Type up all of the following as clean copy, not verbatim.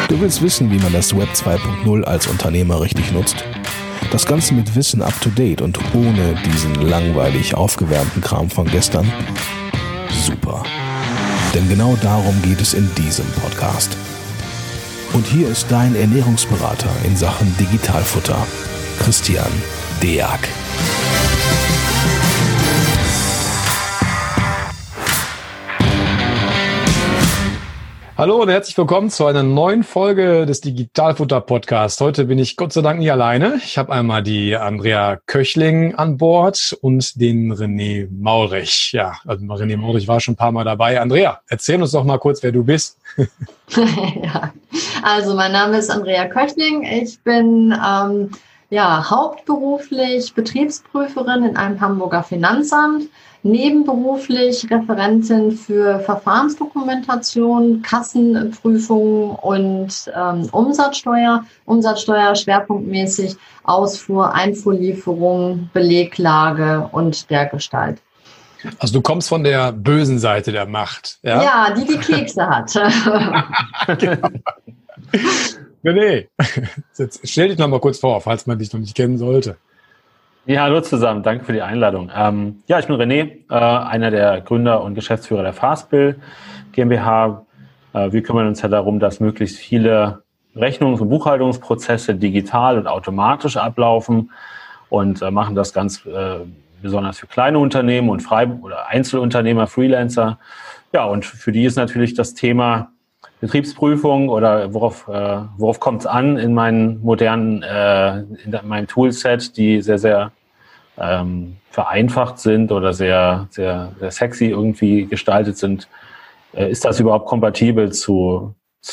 Du willst wissen, wie man das Web 2.0 als Unternehmer richtig nutzt? Das Ganze mit Wissen up to date und ohne diesen langweilig aufgewärmten Kram von gestern? Super. Denn genau darum geht es in diesem Podcast. Und hier ist dein Ernährungsberater in Sachen Digitalfutter, Christian Deak. Hallo und herzlich willkommen zu einer neuen Folge des Digitalfutter-Podcasts. Heute bin ich Gott sei Dank nicht alleine. Ich habe einmal die Andrea Köchling an Bord und den René Maurich. Ja, also René Maurich war schon ein paar Mal dabei. Andrea, erzähl uns doch mal kurz, wer du bist. Ja, also mein Name ist Andrea Köchling. Ich bin hauptberuflich Betriebsprüferin in einem Hamburger Finanzamt. Nebenberuflich Referentin für Verfahrensdokumentation, Kassenprüfung und Umsatzsteuer. Umsatzsteuer schwerpunktmäßig Ausfuhr, Einfuhrlieferung, Beleglage und dergestalt. Also du kommst von der bösen Seite der Macht. Ja, ja, die Kekse hat. Genau. Nee. Jetzt stell dich noch mal kurz vor, falls man dich noch nicht kennen sollte. Ja, hallo zusammen. Danke für die Einladung. Ich bin René, einer der Gründer und Geschäftsführer der Fastbill GmbH. Wir kümmern uns ja darum, dass möglichst viele Rechnungs- und Buchhaltungsprozesse digital und automatisch ablaufen und machen das ganz besonders für kleine Unternehmen und oder Einzelunternehmer, Freelancer. Ja, und für die ist natürlich das Thema Betriebsprüfung oder worauf kommt es an in meinen modernen, in meinem Toolset, die sehr, sehr vereinfacht sind oder sehr, sehr, sehr sexy irgendwie gestaltet sind. Ist das überhaupt kompatibel zum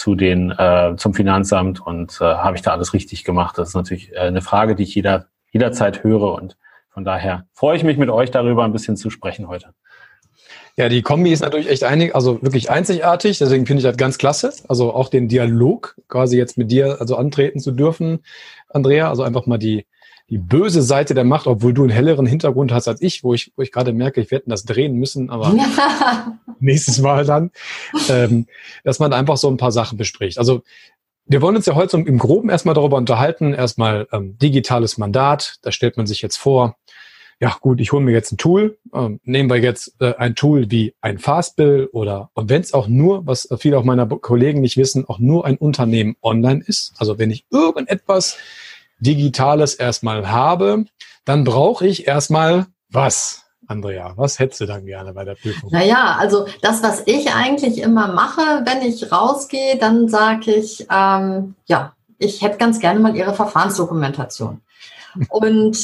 Finanzamt und habe ich da alles richtig gemacht? Das ist natürlich eine Frage, die ich jederzeit höre und von daher freue ich mich mit euch darüber ein bisschen zu sprechen heute. Ja, die Kombi ist natürlich echt wirklich einzigartig, deswegen finde ich das ganz klasse. Also auch den Dialog quasi jetzt mit dir antreten zu dürfen, Andrea. Also einfach mal die böse Seite der Macht, obwohl du einen helleren Hintergrund hast als ich, wo ich gerade merke, ich werde das drehen müssen, aber nächstes Mal dann, dass man einfach so ein paar Sachen bespricht. Also wir wollen uns ja heute im Groben erstmal darüber unterhalten, erstmal digitales Mandat, da stellt man sich jetzt vor, ja gut, ich hole mir jetzt ein Tool, nehmen wir jetzt ein Tool wie ein Fastbill und wenn es auch nur, was viele auch meiner Kollegen nicht wissen, auch nur ein Unternehmen online ist, also wenn ich irgendetwas Digitales erstmal habe, dann brauche ich erstmal was? Andrea, was hättest du dann gerne bei der Prüfung? Naja, also das, was ich eigentlich immer mache, wenn ich rausgehe, dann sage ich, ich hätte ganz gerne mal Ihre Verfahrensdokumentation. Und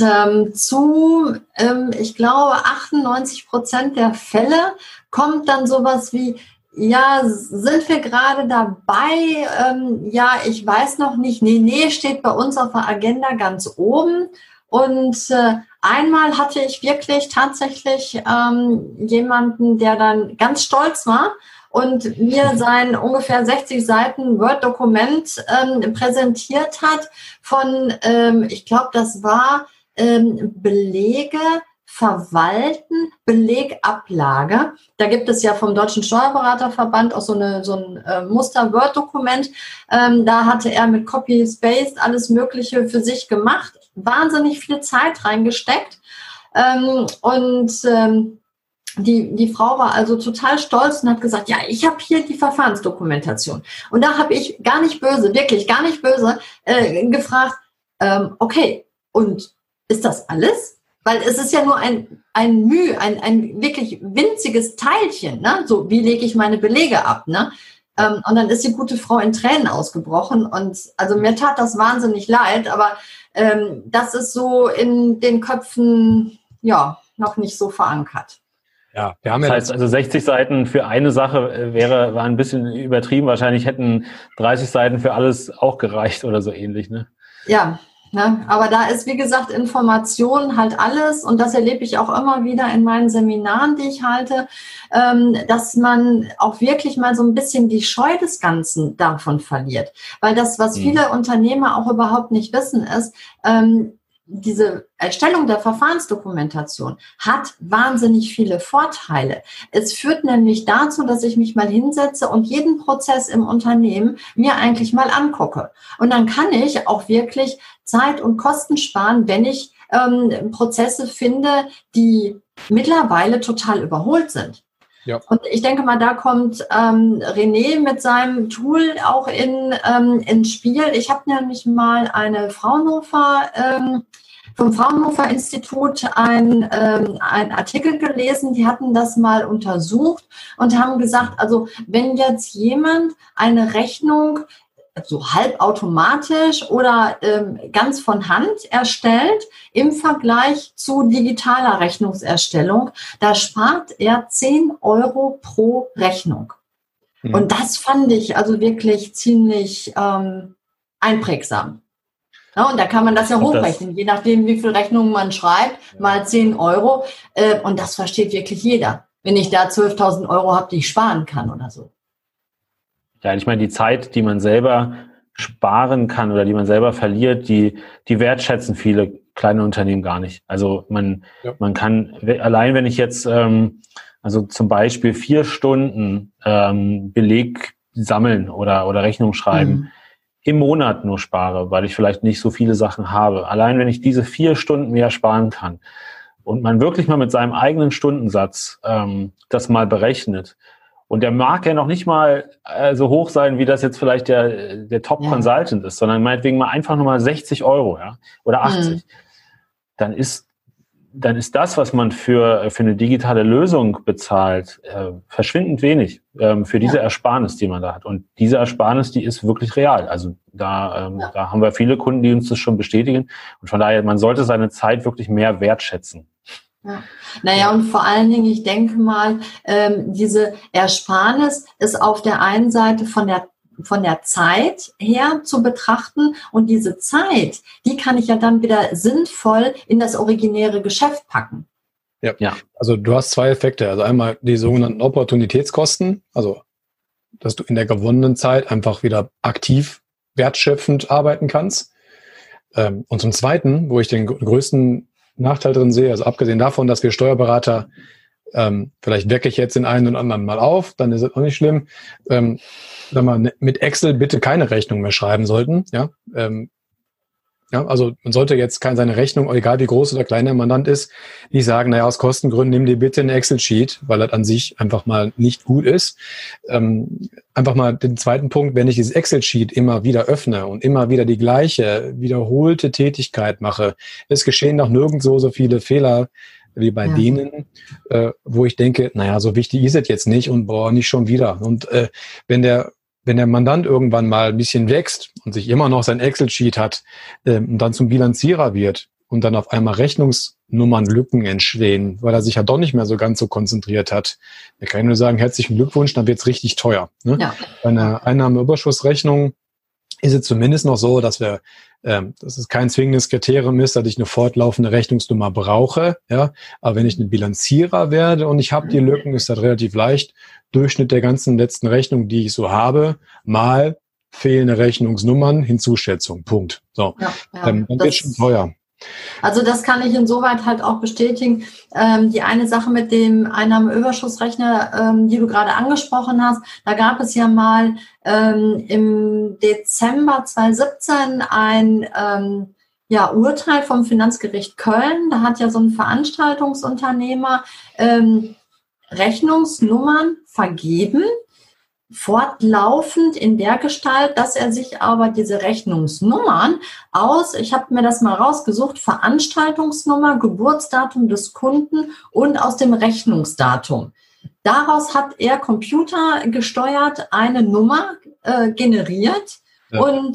ich glaube, 98% der Fälle kommt dann sowas wie, ja, sind wir gerade dabei? Ich weiß noch nicht. Nee, steht bei uns auf der Agenda ganz oben. Und einmal hatte ich wirklich tatsächlich jemanden, der dann ganz stolz war und mir sein ungefähr 60 Seiten Word-Dokument präsentiert hat von, ich glaube, das war Belege, Verwalten, Belegablage. Da gibt es ja vom Deutschen Steuerberaterverband auch so ein Muster-Word-Dokument. Da hatte er mit Copy-Paste alles Mögliche für sich gemacht, wahnsinnig viel Zeit reingesteckt. Die Frau war also total stolz und hat gesagt, ja, ich habe hier die Verfahrensdokumentation. Und da habe ich gar nicht böse, wirklich gar nicht böse, gefragt, okay, und ist das alles? Weil es ist ja nur ein wirklich winziges Teilchen, ne? So, wie lege ich meine Belege ab, ne? Und dann ist die gute Frau in Tränen ausgebrochen und also mir tat das wahnsinnig leid, aber das ist so in den Köpfen, ja, noch nicht so verankert. Ja, wir haben das heißt, also 60 Seiten für eine Sache war ein bisschen übertrieben. Wahrscheinlich hätten 30 Seiten für alles auch gereicht oder so ähnlich, ne? Ja, ne? Aber da ist, wie gesagt, Information halt alles und das erlebe ich auch immer wieder in meinen Seminaren, die ich halte, dass man auch wirklich mal so ein bisschen die Scheu des Ganzen davon verliert. Weil das, was viele Unternehmer auch überhaupt nicht wissen, ist, diese Erstellung der Verfahrensdokumentation hat wahnsinnig viele Vorteile. Es führt nämlich dazu, dass ich mich mal hinsetze und jeden Prozess im Unternehmen mir eigentlich mal angucke. Und dann kann ich auch wirklich Zeit und Kosten sparen, wenn ich Prozesse finde, die mittlerweile total überholt sind. Ja. Und ich denke mal, da kommt René mit seinem Tool auch ins Spiel. Ich habe nämlich mal eine vom Fraunhofer Institut ein Artikel gelesen, die hatten das mal untersucht und haben gesagt, also wenn jetzt jemand eine Rechnung so halbautomatisch oder ganz von Hand erstellt, im Vergleich zu digitaler Rechnungserstellung, da spart er 10 Euro pro Rechnung. Mhm. Und das fand ich also wirklich ziemlich einprägsam. Ja, und da kann man das ja hochrechnen, je nachdem, wie viele Rechnungen man schreibt, mal 10 Euro. Und das versteht wirklich jeder, wenn ich da 12.000 Euro habe, die ich sparen kann oder so. Ja, ich meine, die Zeit, die man selber sparen kann oder die man selber verliert, die wertschätzen viele kleine Unternehmen gar nicht. Also man kann, allein wenn ich jetzt also zum Beispiel 4 Stunden Beleg sammeln oder Rechnung schreiben, im Monat nur spare, weil ich vielleicht nicht so viele Sachen habe. Allein wenn ich diese 4 Stunden mehr sparen kann und man wirklich mal mit seinem eigenen Stundensatz das mal berechnet, und der mag ja noch nicht mal so hoch sein, wie das jetzt vielleicht der Top-Consultant ist, sondern meinetwegen mal einfach nur mal 60 Euro, ja, oder 80. Dann ist das, was man für eine digitale Lösung bezahlt, verschwindend wenig für diese Ersparnis, die man da hat. Und diese Ersparnis, die ist wirklich real. Also da haben wir viele Kunden, die uns das schon bestätigen. Und von daher, man sollte seine Zeit wirklich mehr wertschätzen. Ja. Naja, und vor allen Dingen, ich denke mal, diese Ersparnis ist auf der einen Seite von der Zeit her zu betrachten und diese Zeit, die kann ich ja dann wieder sinnvoll in das originäre Geschäft packen. Ja. Also du hast 2 Effekte. Also einmal die sogenannten Opportunitätskosten, also dass du in der gewonnenen Zeit einfach wieder aktiv wertschöpfend arbeiten kannst. Und zum Zweiten, wo ich den größten Nachteil drin sehe, also abgesehen davon, dass wir Steuerberater, vielleicht wecke ich jetzt den einen und anderen mal auf, dann ist es auch nicht schlimm, mit Excel bitte keine Rechnung mehr schreiben sollten. Also man sollte jetzt seine Rechnung, egal wie groß oder klein der Mandant ist, nicht sagen, naja, aus Kostengründen nimm dir bitte ein Excel-Sheet, weil das an sich einfach mal nicht gut ist. Einfach mal den zweiten Punkt, wenn ich dieses Excel-Sheet immer wieder öffne und immer wieder die gleiche wiederholte Tätigkeit mache, es geschehen noch nirgendwo so viele Fehler wie bei denen, wo ich denke, naja, so wichtig ist es jetzt nicht und nicht schon wieder. Und wenn der Mandant irgendwann mal ein bisschen wächst und sich immer noch sein Excel-Sheet hat und dann zum Bilanzierer wird und dann auf einmal Rechnungsnummernlücken entstehen, weil er sich ja doch nicht mehr so ganz so konzentriert hat, da kann ich nur sagen, herzlichen Glückwunsch, dann wird's richtig teuer. Ne? Ja. Bei einer Einnahmeüberschussrechnung ist es zumindest noch so, dass es kein zwingendes Kriterium ist, dass ich eine fortlaufende Rechnungsnummer brauche. Ja, aber wenn ich ein Bilanzierer werde und ich habe die Lücken, ist das relativ leicht. Durchschnitt der ganzen letzten Rechnung, die ich so habe, mal fehlende Rechnungsnummern, Hinzuschätzung. Punkt. So, dann wird schon teuer. Also das kann ich insoweit halt auch bestätigen. Die eine Sache mit dem Einnahmeüberschussrechner, die du gerade angesprochen hast, da gab es ja mal im Dezember 2017 ein Urteil vom Finanzgericht Köln. Da hat ja so ein Veranstaltungsunternehmer Rechnungsnummern vergeben, fortlaufend in der Gestalt, dass er sich aber diese Rechnungsnummern ich habe mir das mal rausgesucht, Veranstaltungsnummer, Geburtsdatum des Kunden und aus dem Rechnungsdatum. Daraus hat er computergesteuert eine Nummer generiert und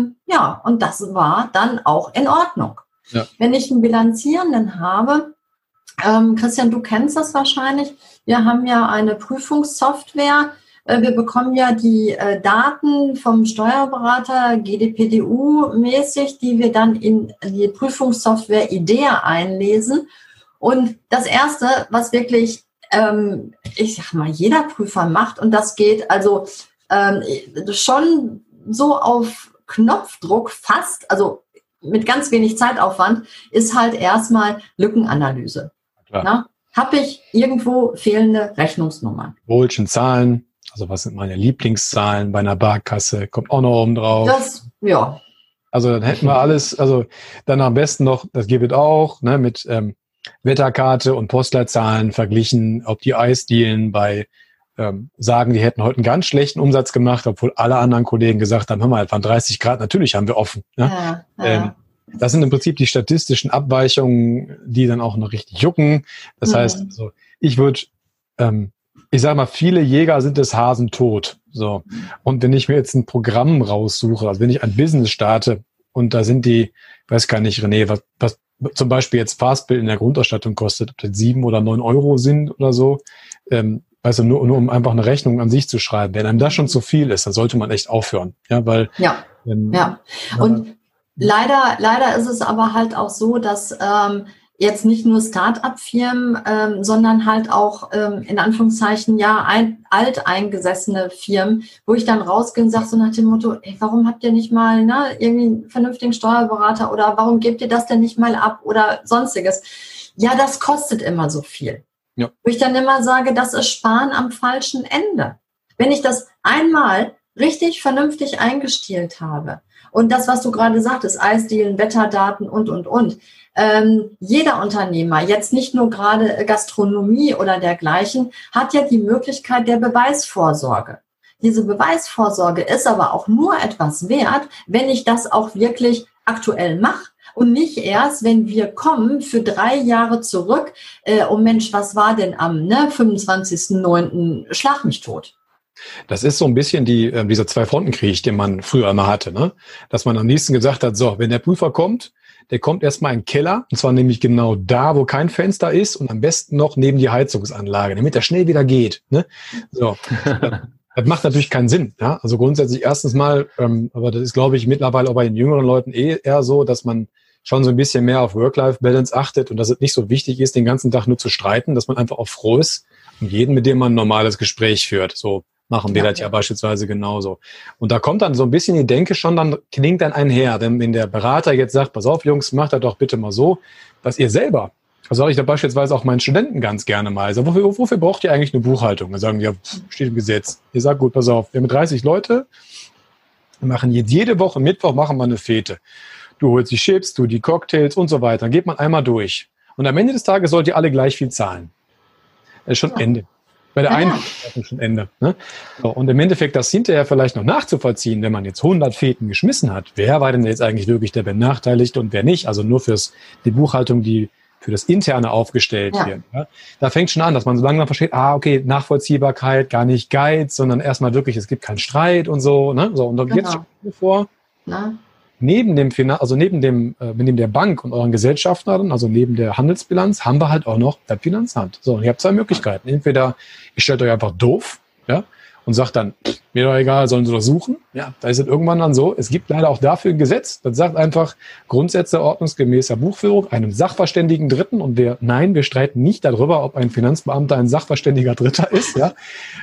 das war dann auch in Ordnung. Ja. Wenn ich einen Bilanzierenden habe, Christian, du kennst das wahrscheinlich, wir haben ja eine Prüfungssoftware. Wir bekommen ja die Daten vom Steuerberater GDPDU-mäßig, die wir dann in die Prüfungssoftware IDEA einlesen. Und das Erste, was wirklich, ich sag mal, jeder Prüfer macht, und das geht also schon so auf Knopfdruck fast, also mit ganz wenig Zeitaufwand, ist halt erstmal Lückenanalyse. Habe ich irgendwo fehlende Rechnungsnummern? Bolschen Zahlen, also was sind meine Lieblingszahlen bei einer Barkasse, kommt auch noch oben drauf. Ja. Also dann hätten wir alles, also dann am besten noch, das gibt es auch, ne, mit Wetterkarte und Postleitzahlen verglichen, ob die Eisdielen bei sagen, die hätten heute einen ganz schlechten Umsatz gemacht, obwohl alle anderen Kollegen gesagt haben, hör mal, es waren 30 Grad, natürlich haben wir offen. Ne? Ja. Das sind im Prinzip die statistischen Abweichungen, die dann auch noch richtig jucken. Das heißt, also, ich würde, ich sag mal, viele Jäger sind des Hasen tot. So. Und wenn ich mir jetzt ein Programm raussuche, also wenn ich ein Business starte und da sind die, weiß gar nicht, René, was zum Beispiel jetzt Fastbill in der Grundausstattung kostet, ob das 7 oder 9 Euro sind oder so, weißt du, nur um einfach eine Rechnung an sich zu schreiben. Wenn einem das schon zu viel ist, dann sollte man echt aufhören. Ja, weil. Und leider ist es aber halt auch so, dass jetzt nicht nur Start-up-Firmen, sondern halt auch in Anführungszeichen alteingesessene Firmen, wo ich dann rausgehe und sage so nach dem Motto, ey, warum habt ihr nicht mal irgendwie einen vernünftigen Steuerberater oder warum gebt ihr das denn nicht mal ab oder sonstiges? Ja, das kostet immer so viel. Ja. Wo ich dann immer sage, das ist Sparen am falschen Ende. Wenn ich das einmal richtig vernünftig eingestielt habe und das, was du gerade sagtest, Eisdielen, Wetterdaten und. Jeder Unternehmer, jetzt nicht nur gerade Gastronomie oder dergleichen, hat ja die Möglichkeit der Beweisvorsorge. Diese Beweisvorsorge ist aber auch nur etwas wert, wenn ich das auch wirklich aktuell mache. Und nicht erst, wenn wir kommen für 3 Jahre zurück, oh Mensch, was war denn am 25.09. Schlag mich tot. Das ist so ein bisschen dieser Zwei-Fronten-Krieg, den man früher immer hatte, ne? Dass man am liebsten gesagt hat, so, wenn der Prüfer kommt, der kommt erstmal in den Keller, und zwar nämlich genau da, wo kein Fenster ist und am besten noch neben die Heizungsanlage, damit er schnell wieder geht, ne? So. Das macht natürlich keinen Sinn. Ja? Also grundsätzlich erstens mal, aber das ist, glaube ich, mittlerweile auch bei den jüngeren Leuten eher so, dass man schon so ein bisschen mehr auf Work-Life-Balance achtet und dass es nicht so wichtig ist, den ganzen Tag nur zu streiten, dass man einfach auch froh ist um jeden, mit dem man ein normales Gespräch führt. So machen wir das ja beispielsweise genauso. Und da kommt dann so ein bisschen die Denke schon, dann klingt dann einher. Denn wenn der Berater jetzt sagt, pass auf, Jungs, macht das doch bitte mal so, dass ihr selber, also sage ich da beispielsweise auch meinen Studenten ganz gerne mal, also wofür braucht ihr eigentlich eine Buchhaltung? Dann sagen die, ja, steht im Gesetz. Ihr sagt, gut, pass auf, wir haben 30 Leute, wir machen jetzt jede Woche Mittwoch machen wir eine Fete. Du holst die Chips, du die Cocktails und so weiter. Dann geht man einmal durch. Und am Ende des Tages sollt ihr alle gleich viel zahlen. Das ist schon Ende. Bei der einen ist schon Ende. Ne? So, und im Endeffekt das hinterher vielleicht noch nachzuvollziehen, wenn man jetzt 100 Feten geschmissen hat, wer war denn jetzt eigentlich wirklich der Benachteiligte und wer nicht? Also nur die Buchhaltung, die für das Interne aufgestellt wird. Ja? Da fängt schon an, dass man so langsam versteht, okay, Nachvollziehbarkeit, gar nicht Geiz, sondern erstmal wirklich, es gibt keinen Streit und so. Ne? So, und dann geht's schon vor. Neben der Bank und euren Gesellschaftern, also neben der Handelsbilanz, haben wir halt auch noch das Finanzamt. So, und ihr habt 2 Möglichkeiten. Entweder ihr stellt euch einfach doof, ja, und sagt dann, mir doch egal, sollen sie doch suchen. Ja, da ist es irgendwann dann so. Es gibt leider auch dafür ein Gesetz, das sagt einfach Grundsätze ordnungsgemäßer Buchführung einem sachverständigen Dritten und wir streiten nicht darüber, ob ein Finanzbeamter ein sachverständiger Dritter ist, ja.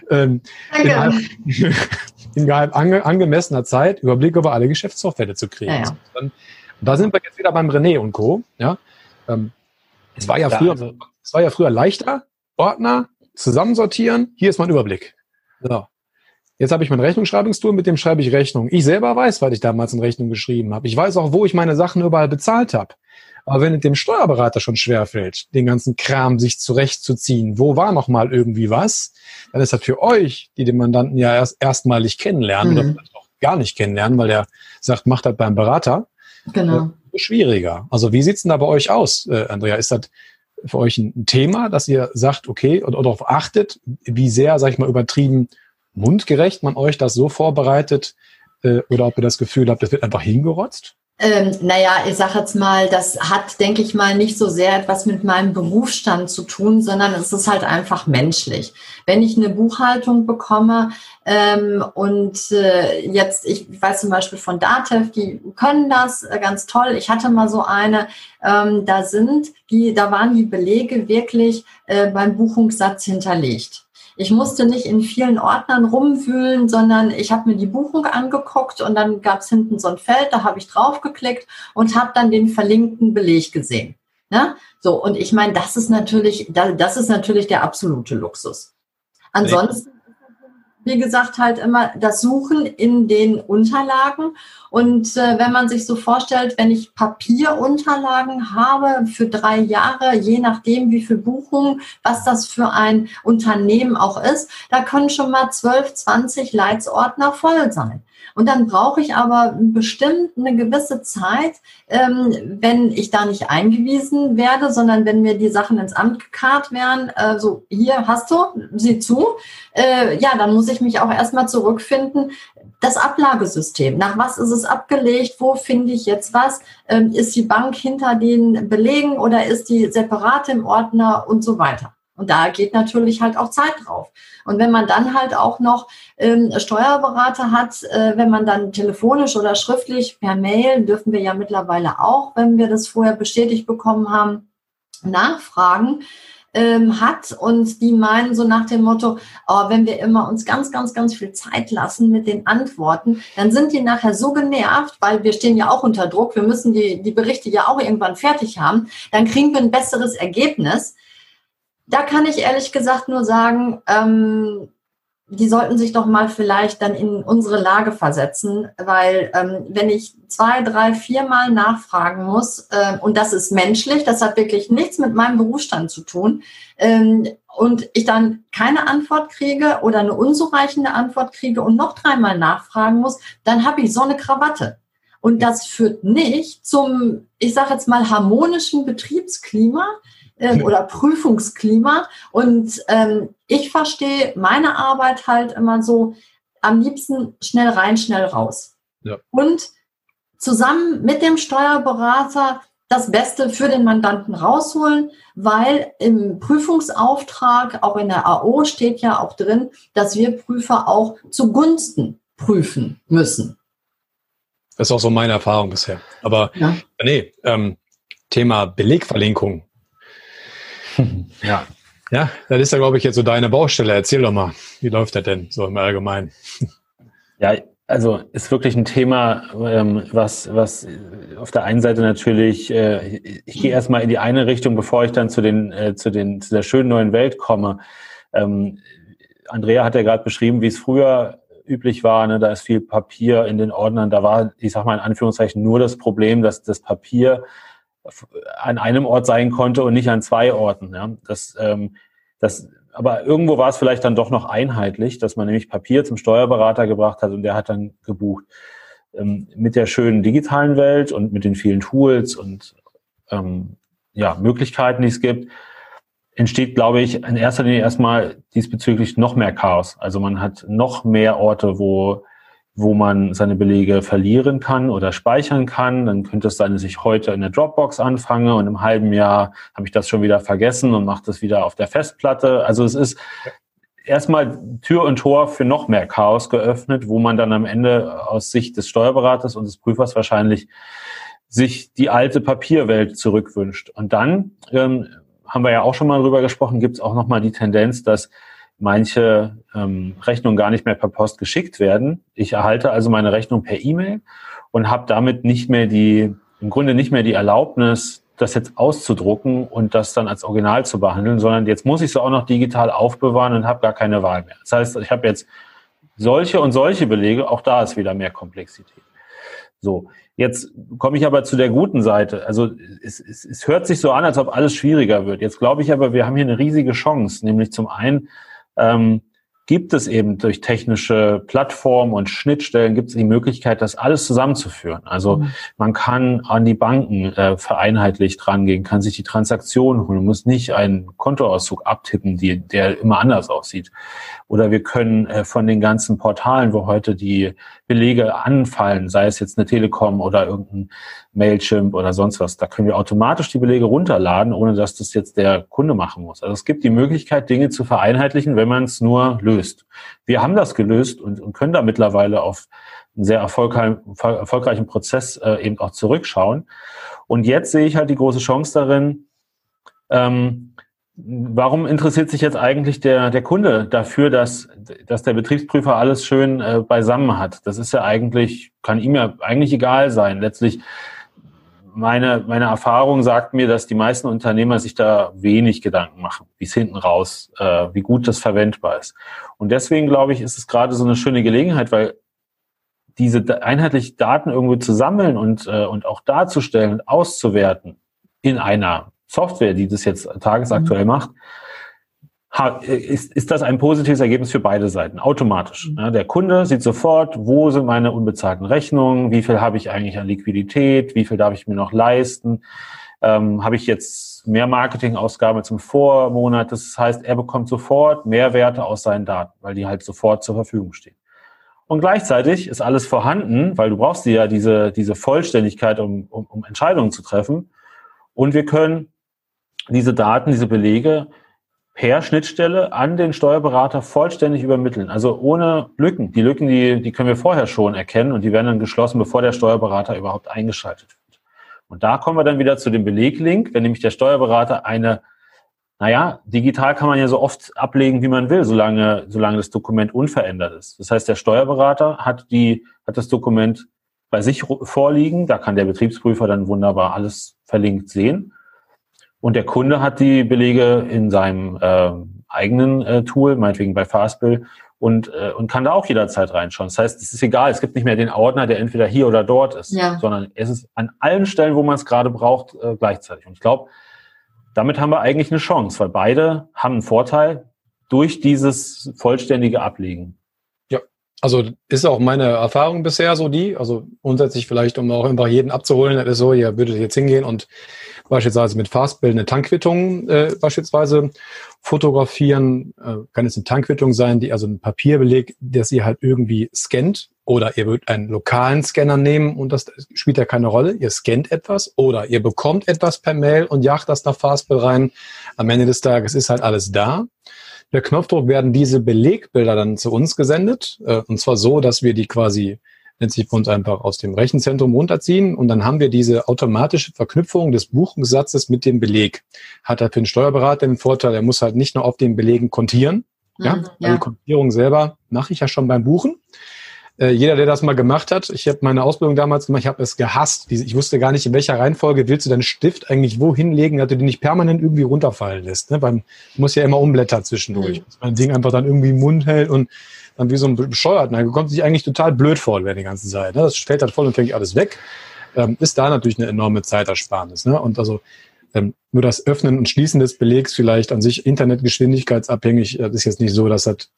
In angemessener Zeit Überblick über alle Geschäftsvorfälle zu kriegen. Ja. Und da sind wir jetzt wieder beim René und Co. Ja? Es war ja früher leichter, Ordner, zusammensortieren, hier ist mein Überblick. So. Jetzt habe ich mein Rechnungsschreibungstool, mit dem schreibe ich Rechnung. Ich selber weiß, was ich damals in Rechnung geschrieben habe. Ich weiß auch, wo ich meine Sachen überall bezahlt habe. Aber wenn es dem Steuerberater schon schwerfällt, den ganzen Kram sich zurechtzuziehen, wo war noch mal irgendwie was, dann ist das für euch, die den Mandanten ja erstmalig kennenlernen oder vielleicht auch gar nicht kennenlernen, weil der sagt, macht das beim Berater, schwieriger. Also wie sieht's denn da bei euch aus, Andrea? Ist das für euch ein Thema, dass ihr sagt, okay, oder darauf achtet, wie sehr, sag ich mal, übertrieben mundgerecht man euch das so vorbereitet, oder ob ihr das Gefühl habt, das wird einfach hingerotzt? Ich sage jetzt mal, das hat, denke ich mal, nicht so sehr etwas mit meinem Berufsstand zu tun, sondern es ist halt einfach menschlich. Wenn ich eine Buchhaltung bekomme jetzt, ich weiß zum Beispiel von DATEV, die können das ganz toll. Ich hatte mal so eine, da waren die Belege wirklich beim Buchungssatz hinterlegt. Ich musste nicht in vielen Ordnern rumwühlen, sondern ich habe mir die Buchung angeguckt und dann gab es hinten so ein Feld, da habe ich draufgeklickt und habe dann den verlinkten Beleg gesehen. Ne? So, und ich meine, das ist natürlich der absolute Luxus. Ansonsten, wie gesagt, halt immer das Suchen in den Unterlagen. Und wenn man sich so vorstellt, wenn ich Papierunterlagen habe für 3 Jahre, je nachdem wie viel Buchungen, was das für ein Unternehmen auch ist, da können schon mal 12, 20 Leitsordner voll sein. Und dann brauche ich aber bestimmt eine gewisse Zeit, wenn ich da nicht eingewiesen werde, sondern wenn mir die Sachen ins Amt gekarrt werden, so hier hast du, sieh zu, dann muss ich mich auch erstmal zurückfinden. Das Ablagesystem, nach was ist es abgelegt, wo finde ich jetzt was, ist die Bank hinter den Belegen oder ist die separat im Ordner und so weiter. Und da geht natürlich halt auch Zeit drauf. Und wenn man dann halt auch noch Steuerberater hat, wenn man dann telefonisch oder schriftlich per Mail, dürfen wir ja mittlerweile auch, wenn wir das vorher bestätigt bekommen haben, nachfragen, hat und die meinen so nach dem Motto, wenn wir immer uns ganz, ganz, ganz viel Zeit lassen mit den Antworten, dann sind die nachher so genervt, weil wir stehen ja auch unter Druck, wir müssen die Berichte ja auch irgendwann fertig haben, dann kriegen wir ein besseres Ergebnis. Da kann ich ehrlich gesagt nur sagen, die sollten sich doch mal vielleicht dann in unsere Lage versetzen, weil wenn ich 2, 3, 4 Mal nachfragen muss, und das ist menschlich, das hat wirklich nichts mit meinem Berufsstand zu tun, und ich dann keine Antwort kriege oder eine unzureichende Antwort kriege und noch 3 Mal nachfragen muss, dann habe ich so eine Krawatte. Und das führt nicht zum, ich sage jetzt mal, harmonischen Betriebsklima, oder Prüfungsklima. Und ich verstehe meine Arbeit halt immer so, am liebsten schnell rein, schnell raus. Ja. Und zusammen mit dem Steuerberater das Beste für den Mandanten rausholen, weil im Prüfungsauftrag, auch in der AO steht ja auch drin, dass wir Prüfer auch zugunsten prüfen müssen. Das ist auch so meine Erfahrung bisher. Aber Thema Belegverlinkung. Ja, das ist ja, glaube ich, jetzt so deine Baustelle. Erzähl doch mal, wie läuft das denn so im Allgemeinen? Ja, also ist wirklich ein Thema, was auf der einen Seite natürlich, ich gehe erstmal in die eine Richtung, bevor ich dann zu der schönen neuen Welt komme. Andrea hat ja gerade beschrieben, wie es früher üblich war, ne? Da ist viel Papier in den Ordnern. Da war, ich sag mal in Anführungszeichen, nur das Problem, dass das Papier an einem Ort sein konnte und nicht an 2 Orten. Ja? Aber irgendwo war es vielleicht dann doch noch einheitlich, dass man nämlich Papier zum Steuerberater gebracht hat und der hat dann gebucht. Mit der schönen digitalen Welt und mit den vielen Tools und Möglichkeiten, die es gibt, entsteht, glaube ich, in erster Linie erstmal diesbezüglich noch mehr Chaos. Also man hat noch mehr Orte, wo man seine Belege verlieren kann oder speichern kann. Dann könnte es sein, dass ich heute in der Dropbox anfange und im halben Jahr habe ich das schon wieder vergessen und mache das wieder auf der Festplatte. Also es ist erstmal Tür und Tor für noch mehr Chaos geöffnet, wo man dann am Ende aus Sicht des Steuerberaters und des Prüfers wahrscheinlich sich die alte Papierwelt zurückwünscht. Und dann haben wir ja auch schon mal drüber gesprochen, gibt es auch nochmal die Tendenz, dass manche Rechnungen gar nicht mehr per Post geschickt werden. Ich erhalte also meine Rechnung per E-Mail und habe damit im Grunde nicht mehr die Erlaubnis, das jetzt auszudrucken und das dann als Original zu behandeln, sondern jetzt muss ich es auch noch digital aufbewahren und habe gar keine Wahl mehr. Das heißt, ich habe jetzt solche und solche Belege, auch da ist wieder mehr Komplexität. So, jetzt komme ich aber zu der guten Seite. Also es hört sich so an, als ob alles schwieriger wird. Jetzt glaube ich aber, wir haben hier eine riesige Chance, nämlich zum einen gibt es eben durch technische Plattformen und Schnittstellen gibt es die Möglichkeit, das alles zusammenzuführen. Also man kann an die Banken vereinheitlicht rangehen, kann sich die Transaktionen holen, muss nicht einen Kontoauszug abtippen, der immer anders aussieht. Oder wir können von den ganzen Portalen, wo heute die Belege anfallen, sei es jetzt eine Telekom oder irgendein Mailchimp oder sonst was, da können wir automatisch die Belege runterladen, ohne dass das jetzt der Kunde machen muss. Also es gibt die Möglichkeit, Dinge zu vereinheitlichen, wenn man es nur löst. Wir haben das gelöst und können da mittlerweile auf einen sehr erfolgreichen Prozess eben auch zurückschauen. Und jetzt sehe ich halt die große Chance darin, warum interessiert sich jetzt eigentlich der Kunde dafür, dass der Betriebsprüfer alles schön beisammen hat? Das ist ja kann ihm ja eigentlich egal sein. Letztlich, meine Erfahrung sagt mir, dass die meisten Unternehmer sich da wenig Gedanken machen, wie es hinten raus, wie gut das verwendbar ist. Und deswegen, glaube ich, ist es gerade so eine schöne Gelegenheit, weil diese einheitlichen Daten irgendwo zu sammeln und auch darzustellen und auszuwerten in einer Software, die das jetzt tagesaktuell macht, ist das ein positives Ergebnis für beide Seiten, automatisch. Ja, der Kunde sieht sofort, wo sind meine unbezahlten Rechnungen, wie viel habe ich eigentlich an Liquidität, wie viel darf ich mir noch leisten, habe ich jetzt mehr Marketingausgaben zum Vormonat. Das heißt, er bekommt sofort Mehrwerte aus seinen Daten, weil die halt sofort zur Verfügung stehen. Und gleichzeitig ist alles vorhanden, weil du brauchst ja diese Vollständigkeit, um Entscheidungen zu treffen. Und wir können diese Daten, diese Belege per Schnittstelle an den Steuerberater vollständig übermitteln. Also ohne Lücken. Die Lücken, die können wir vorher schon erkennen und die werden dann geschlossen, bevor der Steuerberater überhaupt eingeschaltet wird. Und da kommen wir dann wieder zu dem Beleglink, wenn nämlich der Steuerberater digital kann man ja so oft ablegen, wie man will, solange das Dokument unverändert ist. Das heißt, der Steuerberater hat das Dokument bei sich vorliegen, da kann der Betriebsprüfer dann wunderbar alles verlinkt sehen. Und der Kunde hat die Belege in seinem eigenen Tool, meinetwegen bei Fastbill, und kann da auch jederzeit reinschauen. Das heißt, es ist egal, es gibt nicht mehr den Ordner, der entweder hier oder dort ist, sondern es ist an allen Stellen, wo man es gerade braucht, gleichzeitig. Und ich glaube, damit haben wir eigentlich eine Chance, weil beide haben einen Vorteil durch dieses vollständige Ablegen. Ja, also ist auch meine Erfahrung bisher so also grundsätzlich vielleicht, um auch einfach jeden abzuholen, das ist so, ihr würdet jetzt hingehen und beispielsweise mit Fastbill eine Tankquittung beispielsweise fotografieren. Kann jetzt eine Tankquittung sein, also ein Papierbeleg, das ihr halt irgendwie scannt. Oder ihr würdet einen lokalen Scanner nehmen und das spielt ja keine Rolle. Ihr scannt etwas oder ihr bekommt etwas per Mail und jagt das nach Fastbill rein. Am Ende des Tages ist halt alles da. Per Knopfdruck werden diese Belegbilder dann zu uns gesendet. Und zwar so, dass wir die quasi letztlich bei uns einfach aus dem Rechenzentrum runterziehen und dann haben wir diese automatische Verknüpfung des Buchungssatzes mit dem Beleg. Hat er für den Steuerberater den Vorteil, er muss halt nicht nur auf den Belegen kontieren. Ja. Die Kontierung selber mache ich ja schon beim Buchen. Jeder, der das mal gemacht hat, ich habe meine Ausbildung damals gemacht, ich habe es gehasst. Ich wusste gar nicht, in welcher Reihenfolge willst du deinen Stift eigentlich wohin legen, dass du den nicht permanent irgendwie runterfallen lässt. Ne? Weil du musst ja immer umblättern zwischendurch. Dass man das Ding einfach dann irgendwie im Mund hält und dann wie so ein Bescheuerten. Dann kommt sich eigentlich total blöd vor die ganze Zeit. Ne? Das fällt halt voll und fängt alles weg. Ist da natürlich eine enorme Zeitersparnis. Ne? Und also nur das Öffnen und Schließen des Belegs vielleicht an sich internetgeschwindigkeitsabhängig. Das ist jetzt nicht so, dass das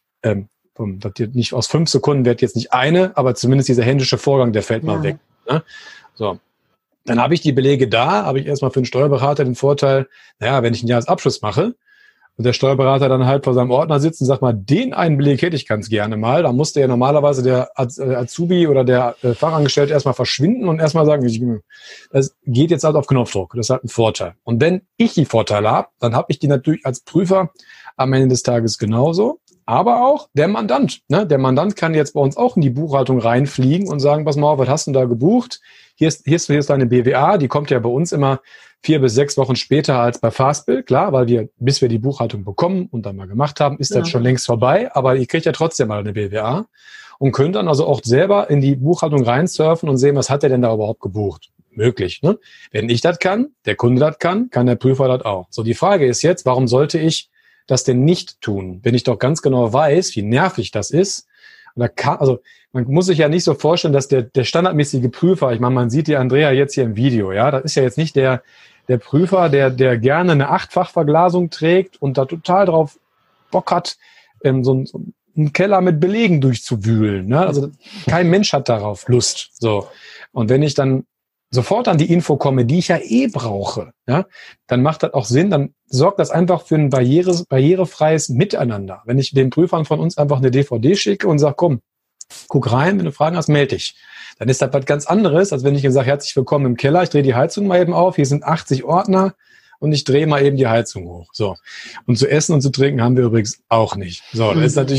nicht aus 5 Sekunden wird jetzt nicht eine, aber zumindest dieser händische Vorgang, der fällt mal weg. Ne? So. Dann habe ich die Belege da, habe ich erstmal für den Steuerberater den Vorteil, wenn ich einen Jahresabschluss mache und der Steuerberater dann halt vor seinem Ordner sitzt und sagt mal, den einen Beleg hätte ich ganz gerne mal, da musste ja normalerweise der Azubi oder der Fachangestellte erstmal verschwinden und erstmal sagen, das geht jetzt halt auf Knopfdruck. Das ist halt ein Vorteil. Und wenn ich die Vorteile habe, dann habe ich die natürlich als Prüfer am Ende des Tages genauso. Aber auch der Mandant. Ne? Der Mandant kann jetzt bei uns auch in die Buchhaltung reinfliegen und sagen, pass mal auf, was hast du da gebucht? Hier ist deine BWA, die kommt ja bei uns immer 4 bis 6 Wochen später als bei Fastbill. Klar, weil bis wir die Buchhaltung bekommen und dann mal gemacht haben, ist das schon längst vorbei. Aber ihr kriegt ja trotzdem mal eine BWA und könnt dann also auch selber in die Buchhaltung reinsurfen und sehen, was hat der denn da überhaupt gebucht? Möglich. Ne? Wenn ich das kann, der Kunde das kann der Prüfer das auch. So, die Frage ist jetzt, warum sollte ich das denn nicht tun, wenn ich doch ganz genau weiß, wie nervig das ist? Und man muss sich ja nicht so vorstellen, dass der standardmäßige Prüfer, ich meine, man sieht die Andrea jetzt hier im Video, ja, das ist ja jetzt nicht der Prüfer, der gerne eine 8-fach-Verglasung trägt und da total drauf Bock hat, so einen Keller mit Belegen durchzuwühlen. Ne? Also kein Mensch hat darauf Lust. So. Und wenn ich dann sofort an die Info komme, die ich ja brauche, ja, dann macht das auch Sinn, dann sorgt das einfach für ein barrierefreies Miteinander. Wenn ich den Prüfern von uns einfach eine DVD schicke und sage, komm, guck rein, wenn du Fragen hast, melde dich. Dann ist das was ganz anderes, als wenn ich ihm sage, herzlich willkommen im Keller, ich drehe die Heizung mal eben auf, hier sind 80 Ordner und ich drehe mal eben die Heizung hoch. So. Und zu essen und zu trinken haben wir übrigens auch nicht. So, das ist natürlich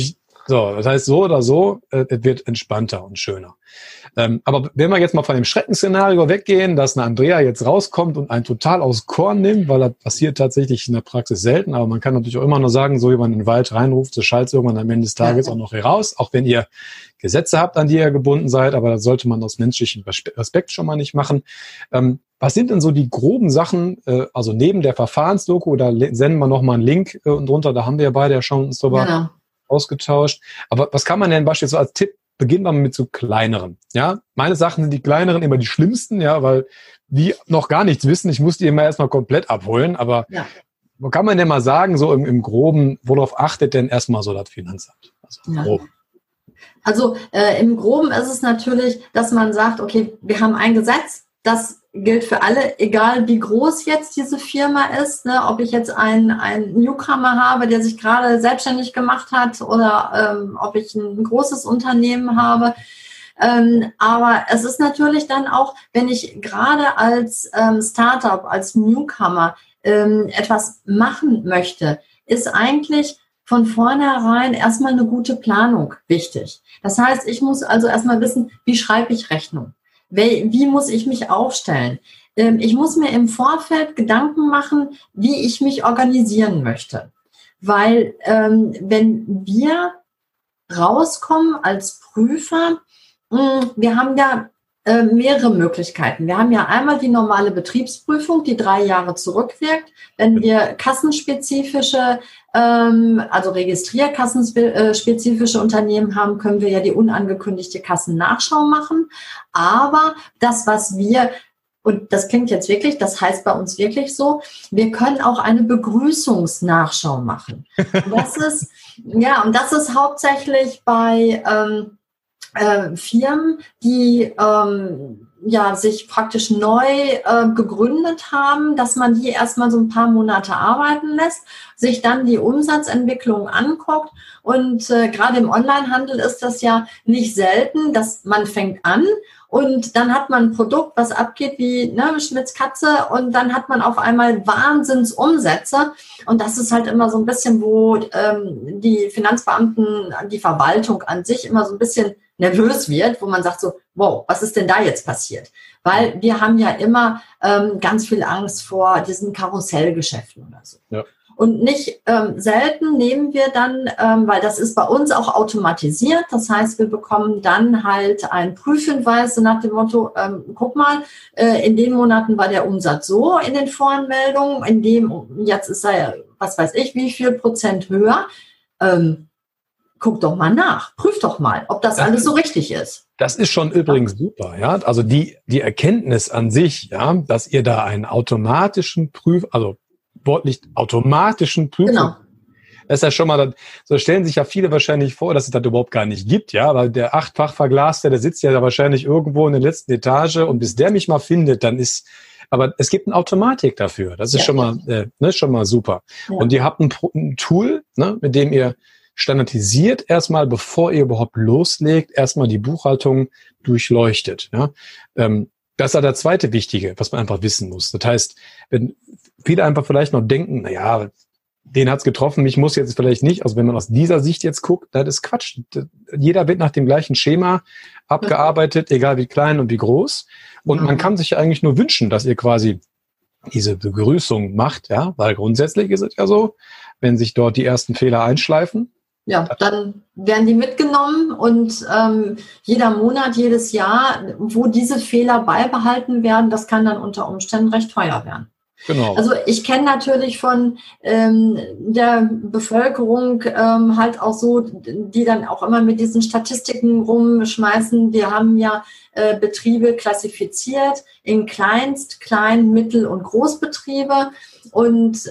So, das heißt, so oder so, es wird entspannter und schöner. Aber wenn wir jetzt mal von dem Schreckensszenario weggehen, dass eine Andrea jetzt rauskommt und einen total aus Korn nimmt, weil das passiert tatsächlich in der Praxis selten, aber man kann natürlich auch immer nur sagen, so wie man in den Wald reinruft, so schallt es irgendwann am Ende des Tages auch noch heraus, auch wenn ihr Gesetze habt, an die ihr gebunden seid, aber das sollte man aus menschlichem Respekt schon mal nicht machen. Was sind denn so die groben Sachen, also neben der Verfahrensdoku, da senden wir nochmal einen Link drunter, da haben wir ja beide ja schon uns drüber ausgetauscht. Aber was kann man denn beispielsweise als Tipp, beginnen wir mit so kleineren? Ja, meine Sachen sind die kleineren immer die schlimmsten, ja, weil die noch gar nichts wissen. Ich muss die immer erstmal komplett abholen, aber wo kann man denn mal sagen, so im Groben, worauf achtet denn erstmal so das Finanzamt? Also grob. Also im Groben ist es natürlich, dass man sagt, okay, wir haben ein Gesetz, das gilt für alle, egal wie groß jetzt diese Firma ist, ne, ob ich jetzt einen Newcomer habe, der sich gerade selbstständig gemacht hat oder ob ich ein großes Unternehmen habe. Aber es ist natürlich dann auch, wenn ich gerade als Startup, als Newcomer etwas machen möchte, ist eigentlich von vornherein erstmal eine gute Planung wichtig. Das heißt, ich muss also erstmal wissen, wie schreibe ich Rechnung? Wie muss ich mich aufstellen? Ich muss mir im Vorfeld Gedanken machen, wie ich mich organisieren möchte. Weil wenn wir rauskommen als Prüfer, wir haben ja mehrere Möglichkeiten. Wir haben ja einmal die normale Betriebsprüfung, die 3 Jahre zurückwirkt. Wenn wir kassenspezifische, also registrierkassenspezifische Unternehmen haben, können wir ja die unangekündigte Kassennachschau machen. Aber das, was wir, und das klingt jetzt wirklich, das heißt bei uns wirklich so, wir können auch eine Begrüßungsnachschau machen. Und das ist, und das ist hauptsächlich bei Firmen, die sich praktisch neu gegründet haben, dass man die erstmal so ein paar Monate arbeiten lässt, sich dann die Umsatzentwicklung anguckt und gerade im Onlinehandel ist das ja nicht selten, dass man fängt an und dann hat man ein Produkt, was abgeht wie Schmitz Katze und dann hat man auf einmal Wahnsinnsumsätze und das ist halt immer so ein bisschen, wo die Finanzbeamten, die Verwaltung an sich immer so ein bisschen nervös wird, wo man sagt so, wow, was ist denn da jetzt passiert? Weil wir haben ja immer ganz viel Angst vor diesen Karussellgeschäften oder so. Ja. Und nicht selten nehmen wir dann, weil das ist bei uns auch automatisiert, das heißt, wir bekommen dann halt einen Prüfhinweis nach dem Motto, guck mal, in den Monaten war der Umsatz so in den Voranmeldungen, jetzt ist er, was weiß ich, wie viel Prozent höher. Guck doch mal nach, prüf doch mal, ob das alles so richtig ist. Das ist schon übrigens super, ja. Also die Erkenntnis an sich, ja, dass ihr da einen automatischen wortlich automatischen Prüfung. Genau. Das ist ja schon mal, so stellen sich ja viele wahrscheinlich vor, dass es das überhaupt gar nicht gibt, ja, weil der 8-fach Verglaste, der sitzt ja da wahrscheinlich irgendwo in der letzten Etage und bis der mich mal findet, aber es gibt eine Automatik dafür. Das ist schon mal super. Ja. Und ihr habt ein Tool, mit dem ihr standardisiert erstmal, bevor ihr überhaupt loslegt, erstmal die Buchhaltung durchleuchtet. Ja? Das ist ja der zweite Wichtige, was man einfach wissen muss. Das heißt, wenn viele einfach vielleicht noch denken, den hat's getroffen, mich muss jetzt vielleicht nicht. Also wenn man aus dieser Sicht jetzt guckt, das ist Quatsch. Jeder wird nach dem gleichen Schema abgearbeitet, egal wie klein und wie groß. Und man kann sich ja eigentlich nur wünschen, dass ihr quasi diese Begrüßung macht, ja, weil grundsätzlich ist es ja so, wenn sich dort die ersten Fehler einschleifen, ja, dann werden die mitgenommen und jeder Monat, jedes Jahr, wo diese Fehler beibehalten werden, das kann dann unter Umständen recht teuer werden. Genau. Also ich kenne natürlich von der Bevölkerung halt auch so, die dann auch immer mit diesen Statistiken rumschmeißen. Wir haben ja Betriebe klassifiziert in Kleinst-, Klein-, Mittel- und Großbetriebe und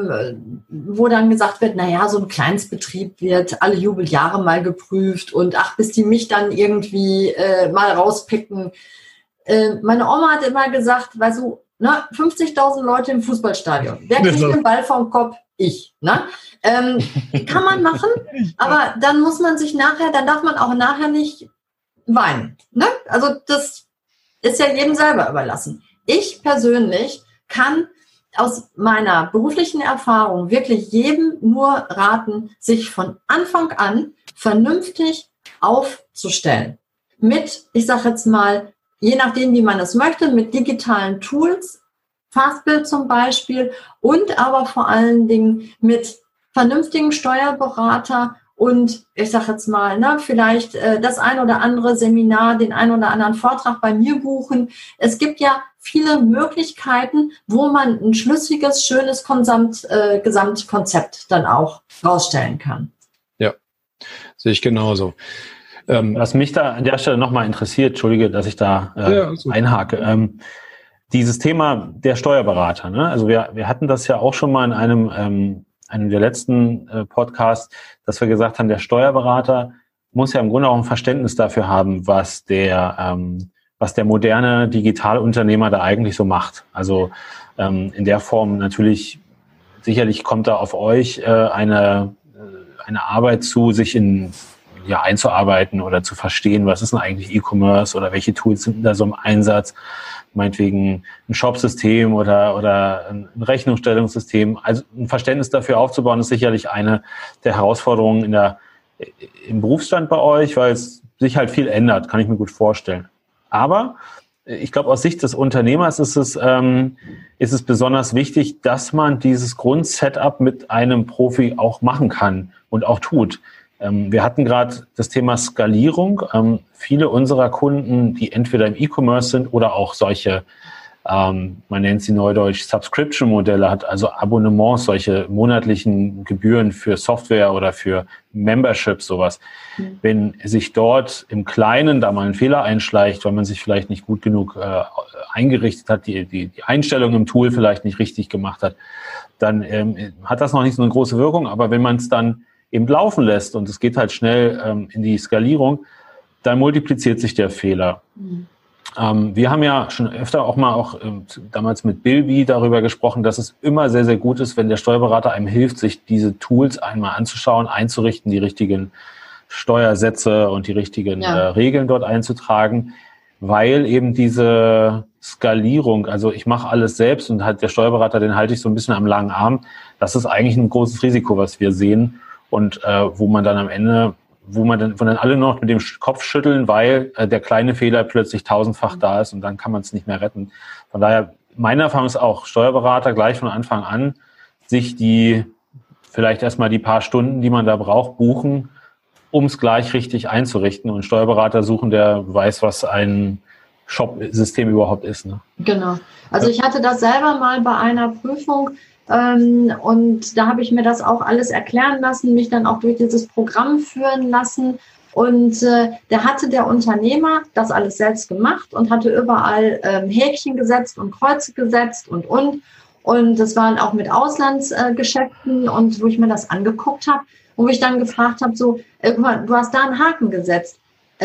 wo dann gesagt wird, so ein Kleinstbetrieb wird alle Jubeljahre mal geprüft und bis die mich dann irgendwie mal rauspicken. Meine Oma hat immer gesagt, 50.000 Leute im Fußballstadion. Wer kriegt den Ball vom Kopf? Ich. Kann man machen, aber dann muss man dann darf man auch nachher nicht weinen. Also das ist ja jedem selber überlassen. Ich persönlich kann aus meiner beruflichen Erfahrung wirklich jedem nur raten, sich von Anfang an vernünftig aufzustellen. Mit, ich sage jetzt mal, je nachdem, wie man es möchte, mit digitalen Tools, Fastbill zum Beispiel, und aber vor allen Dingen mit vernünftigen Steuerberater und ich sage jetzt mal, vielleicht das ein oder andere Seminar, den ein oder anderen Vortrag bei mir buchen. Es gibt ja viele Möglichkeiten, wo man ein schlüssiges, schönes Gesamtkonzept dann auch rausstellen kann. Ja, sehe ich genauso. Was mich da an der Stelle nochmal interessiert, entschuldige, dass ich da einhake, dieses Thema der Steuerberater, ne? Also wir hatten das ja auch schon mal in einem der letzten Podcasts, dass wir gesagt haben, der Steuerberater muss ja im Grunde auch ein Verständnis dafür haben, was der moderne Digitalunternehmer da eigentlich so macht. Also in der Form natürlich, sicherlich kommt da auf euch eine Arbeit zu, sich einzuarbeiten oder zu verstehen, was ist denn eigentlich E-Commerce oder welche Tools sind da so im Einsatz, meinetwegen ein Shop-System oder ein Rechnungsstellungssystem. Also ein Verständnis dafür aufzubauen, ist sicherlich eine der Herausforderungen im Berufsstand bei euch, weil es sich halt viel ändert, kann ich mir gut vorstellen. Aber ich glaube, aus Sicht des Unternehmers ist es besonders wichtig, dass man dieses Grundsetup mit einem Profi auch machen kann und auch tut. Wir hatten gerade das Thema Skalierung. Viele unserer Kunden, die entweder im E-Commerce sind oder auch solche, man nennt sie neudeutsch Subscription-Modelle hat, also Abonnements, solche monatlichen Gebühren für Software oder für Membership, sowas. Mhm. Wenn sich dort im Kleinen da mal ein Fehler einschleicht, weil man sich vielleicht nicht gut genug eingerichtet hat, die Einstellung im Tool vielleicht nicht richtig gemacht hat, dann hat das noch nicht so eine große Wirkung. Aber wenn man es dann eben laufen lässt und es geht halt schnell in die Skalierung, dann multipliziert sich der Fehler. Mhm. Wir haben ja schon öfter auch damals mit Bilby darüber gesprochen, dass es immer sehr, sehr gut ist, wenn der Steuerberater einem hilft, sich diese Tools einmal anzuschauen, einzurichten, die richtigen Steuersätze und die richtigen Regeln dort einzutragen, weil eben diese Skalierung, also ich mache alles selbst und halt der Steuerberater, den halte ich so ein bisschen am langen Arm, das ist eigentlich ein großes Risiko, was wir sehen. Und wo dann alle noch mit dem Kopf schütteln, weil der kleine Fehler plötzlich 1000-fach da ist und dann kann man es nicht mehr retten. Von daher, meine Erfahrung ist auch, Steuerberater gleich von Anfang an sich vielleicht erstmal die paar Stunden, die man da braucht, buchen, um es gleich richtig einzurichten und Steuerberater suchen, der weiß, was ein Shop-System überhaupt ist. Ne? Genau. Also ich hatte das selber mal bei einer Prüfung, und da habe ich mir das auch alles erklären lassen, mich dann auch durch dieses Programm führen lassen. Und der Unternehmer das alles selbst gemacht und hatte überall Häkchen gesetzt und Kreuze gesetzt und. Und das waren auch mit Auslandsgeschäften und wo ich mir das angeguckt habe, wo ich dann gefragt habe, so, guck mal, du hast da einen Haken gesetzt.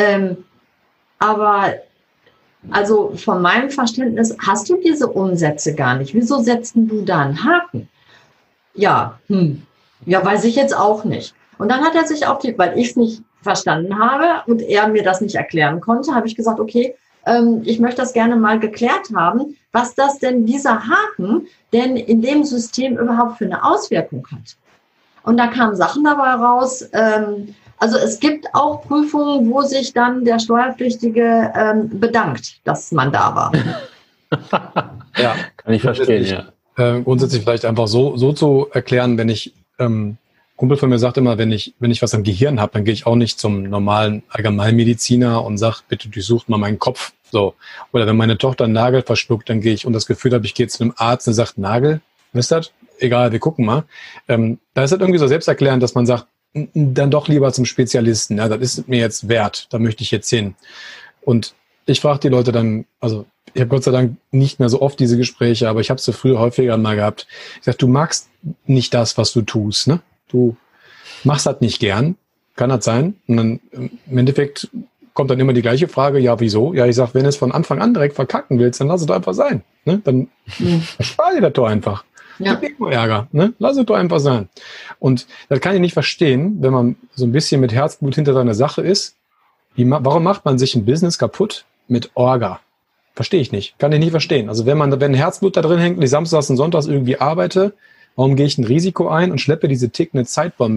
Aber also von meinem Verständnis hast du diese Umsätze gar nicht. Wieso setzt du da einen Haken? Ja, weiß ich jetzt auch nicht. Und dann hat er sich weil ich es nicht verstanden habe und er mir das nicht erklären konnte, habe ich gesagt, okay, ich möchte das gerne mal geklärt haben, was das denn dieser Haken denn in dem System überhaupt für eine Auswirkung hat. Und da kamen Sachen dabei raus. Also es gibt auch Prüfungen, wo sich dann der Steuerpflichtige bedankt, dass man da war. Ja, kann ich verstehen, ja. Grundsätzlich vielleicht einfach so zu erklären, wenn ich, Kumpel von mir sagt immer, wenn ich was am Gehirn habe, dann gehe ich auch nicht zum normalen Allgemeinmediziner und sage, bitte durchsucht mal meinen Kopf. So. Oder wenn meine Tochter einen Nagel verschluckt, dann gehe ich und das Gefühl habe, ich gehe zu einem Arzt und sagt, Nagel, wisst ihr? Egal, wir gucken mal. Da ist halt irgendwie so selbsterklärend, dass man sagt, dann doch lieber zum Spezialisten. Ja, das ist mir jetzt wert. Da möchte ich jetzt hin. Und ich frage die Leute dann, also ich habe Gott sei Dank nicht mehr so oft diese Gespräche, aber ich habe es so früher häufiger mal gehabt. Ich sage, du magst nicht das, was du tust. Ne? Du machst das nicht gern. Kann das sein? Und dann im Endeffekt kommt dann immer die gleiche Frage, ja, wieso? Ja, ich sage, wenn du es von Anfang an direkt verkacken willst, dann lass es doch einfach sein. Ne? Dann spar dir das doch einfach. Ja. Gibt nur Ärger, ne? Lass es doch einfach sein. Und das kann ich nicht verstehen, wenn man so ein bisschen mit Herzblut hinter seiner Sache ist. Warum macht man sich ein Business kaputt mit Orga? Verstehe ich nicht. Kann ich nicht verstehen. Also wenn ein Herzblut da drin hängt und ich samstags und sonntags irgendwie arbeite, warum gehe ich ein Risiko ein und schleppe diese tickende Zeitbombe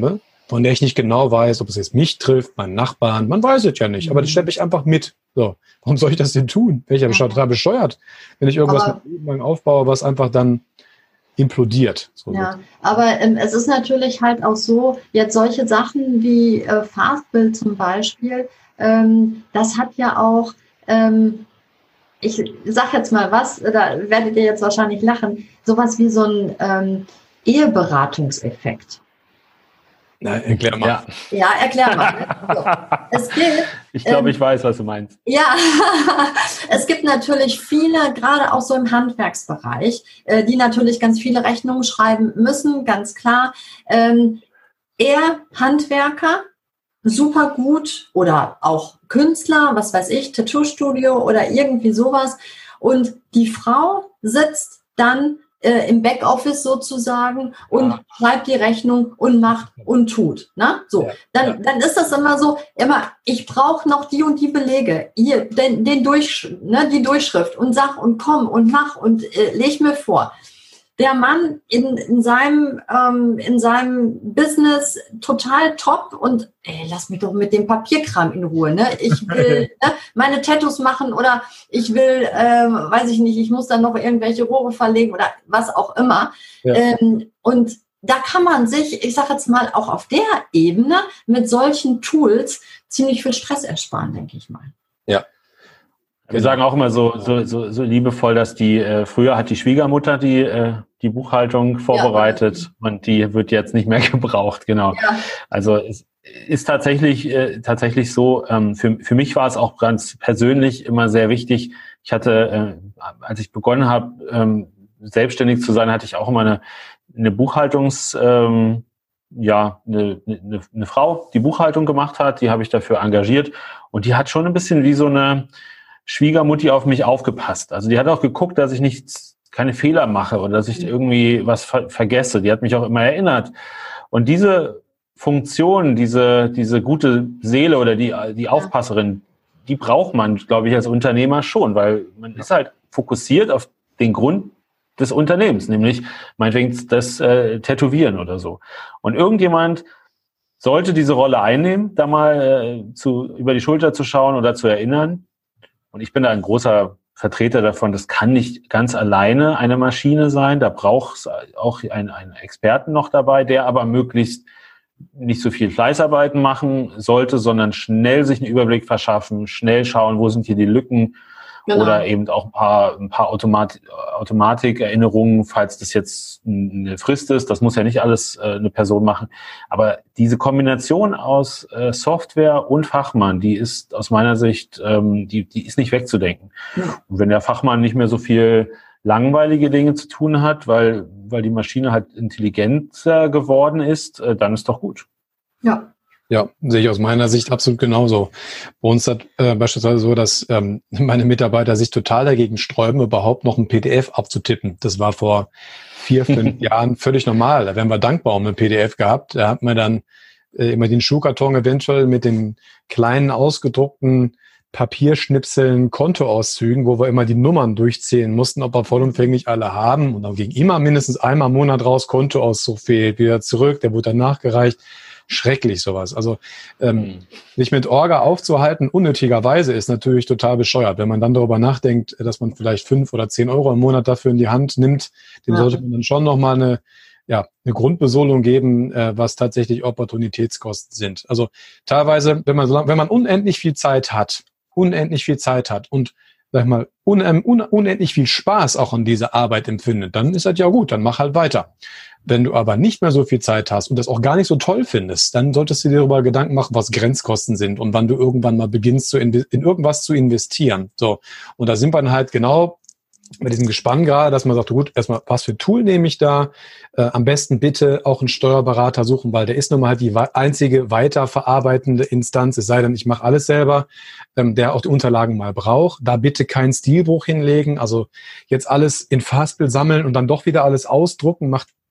von der ich nicht genau weiß, ob es jetzt mich trifft, meinen Nachbarn, man weiß es ja nicht, aber das schleppe ich einfach mit. So, warum soll ich das denn tun? Bin ich ja total bescheuert, wenn ich irgendwas mit Leben lang aufbaue, was einfach dann implodiert. So ja, aber es ist natürlich halt auch so, jetzt solche Sachen wie Fastbill zum Beispiel, das hat ja auch, ich sag jetzt mal was, da werdet ihr jetzt wahrscheinlich lachen, sowas wie so ein Eheberatungseffekt. Na, erklär mal. Ja, erklär mal. So. Es gibt, ich glaube, ich weiß, was du meinst. Ja, es gibt natürlich viele, gerade auch so im Handwerksbereich, die natürlich ganz viele Rechnungen schreiben müssen, ganz klar. Er, Handwerker, super gut oder auch Künstler, was weiß ich, Tattoo-Studio oder irgendwie sowas. Und die Frau sitzt dann im Backoffice sozusagen und schreibt die Rechnung und macht und tut. Ne? So, dann ist das immer so, ich brauche noch die und die Belege, hier, die Durchschrift und sag und komm und mach und leg mir vor. Der Mann in seinem Business total top und lass mich doch mit dem Papierkram in Ruhe. Ne? Ich will meine Tattoos machen oder ich will, weiß ich nicht, ich muss dann noch irgendwelche Rohre verlegen oder was auch immer. Ja. Und da kann man sich, ich sage jetzt mal, auch auf der Ebene mit solchen Tools ziemlich viel Stress ersparen, denke ich mal. Ja. Wir sagen auch immer so liebevoll, dass früher hat die Schwiegermutter die Buchhaltung vorbereitet und die wird jetzt nicht mehr gebraucht, genau. Ja. Also es ist tatsächlich so, für mich war es auch ganz persönlich immer sehr wichtig. Ich hatte, als ich begonnen habe, selbstständig zu sein, hatte ich auch immer eine Buchhaltungs, eine Frau, die Buchhaltung gemacht hat, die habe ich dafür engagiert und die hat schon ein bisschen wie so eine Schwiegermutti auf mich aufgepasst. Also die hat auch geguckt, dass ich keine Fehler mache oder dass ich irgendwie was vergesse. Die hat mich auch immer erinnert. Und diese Funktion, diese gute Seele oder die Aufpasserin, die braucht man, glaube ich, als Unternehmer schon, weil man ist halt fokussiert auf den Grund des Unternehmens, nämlich meinetwegen das Tätowieren oder so. Und irgendjemand sollte diese Rolle einnehmen, da mal über die Schulter zu schauen oder zu erinnern. Und ich bin da ein großer Vertreter davon, das kann nicht ganz alleine eine Maschine sein. Da braucht es auch einen Experten noch dabei, der aber möglichst nicht so viel Fleißarbeiten machen sollte, sondern schnell sich einen Überblick verschaffen, schnell schauen, wo sind hier die Lücken. Genau. Oder eben auch ein paar Automatikerinnerungen, falls das jetzt eine Frist ist. Das muss ja nicht alles eine Person machen. Aber diese Kombination aus Software und Fachmann, die ist aus meiner Sicht, die ist nicht wegzudenken. Ja. Und wenn der Fachmann nicht mehr so viel langweilige Dinge zu tun hat, weil die Maschine halt intelligenter geworden ist, dann ist doch gut. Ja. Ja, sehe ich aus meiner Sicht absolut genauso. Bei uns ist das beispielsweise so, dass meine Mitarbeiter sich total dagegen sträuben, überhaupt noch ein PDF abzutippen. Das war vor 4, 5 Jahren völlig normal. Da wären wir dankbar um ein PDF gehabt. Da hat man dann immer den Schuhkarton eventuell mit den kleinen ausgedruckten Papierschnipseln, Kontoauszügen, wo wir immer die Nummern durchzählen mussten, ob wir vollumfänglich alle haben. Und dann ging immer mindestens einmal im Monat raus, Kontoauszug fehlt, wieder zurück, der wurde dann nachgereicht. Schrecklich sowas. Also sich mit Orga aufzuhalten, unnötigerweise, ist natürlich total bescheuert. Wenn man dann darüber nachdenkt, dass man vielleicht 5 oder 10 Euro im Monat dafür in die Hand nimmt, dem sollte man dann schon nochmal eine Grundbesoldung geben, was tatsächlich Opportunitätskosten sind. Also teilweise, wenn man unendlich viel Zeit hat und sag ich mal, unendlich viel Spaß auch an dieser Arbeit empfindet, dann ist das ja gut, dann mach halt weiter. Wenn du aber nicht mehr so viel Zeit hast und das auch gar nicht so toll findest, dann solltest du dir darüber Gedanken machen, was Grenzkosten sind und wann du irgendwann mal beginnst, in irgendwas zu investieren. So. Und da sind wir dann halt genau bei diesem Gespann gerade, dass man sagt, gut, erstmal, was für Tool nehme ich da? Am besten bitte auch einen Steuerberater suchen, weil der ist nun mal halt die einzige weiterverarbeitende Instanz, es sei denn, ich mache alles selber, der auch die Unterlagen mal braucht. Da bitte keinen Stilbruch hinlegen, also jetzt alles in Fastbill sammeln und dann doch wieder alles ausdrucken, macht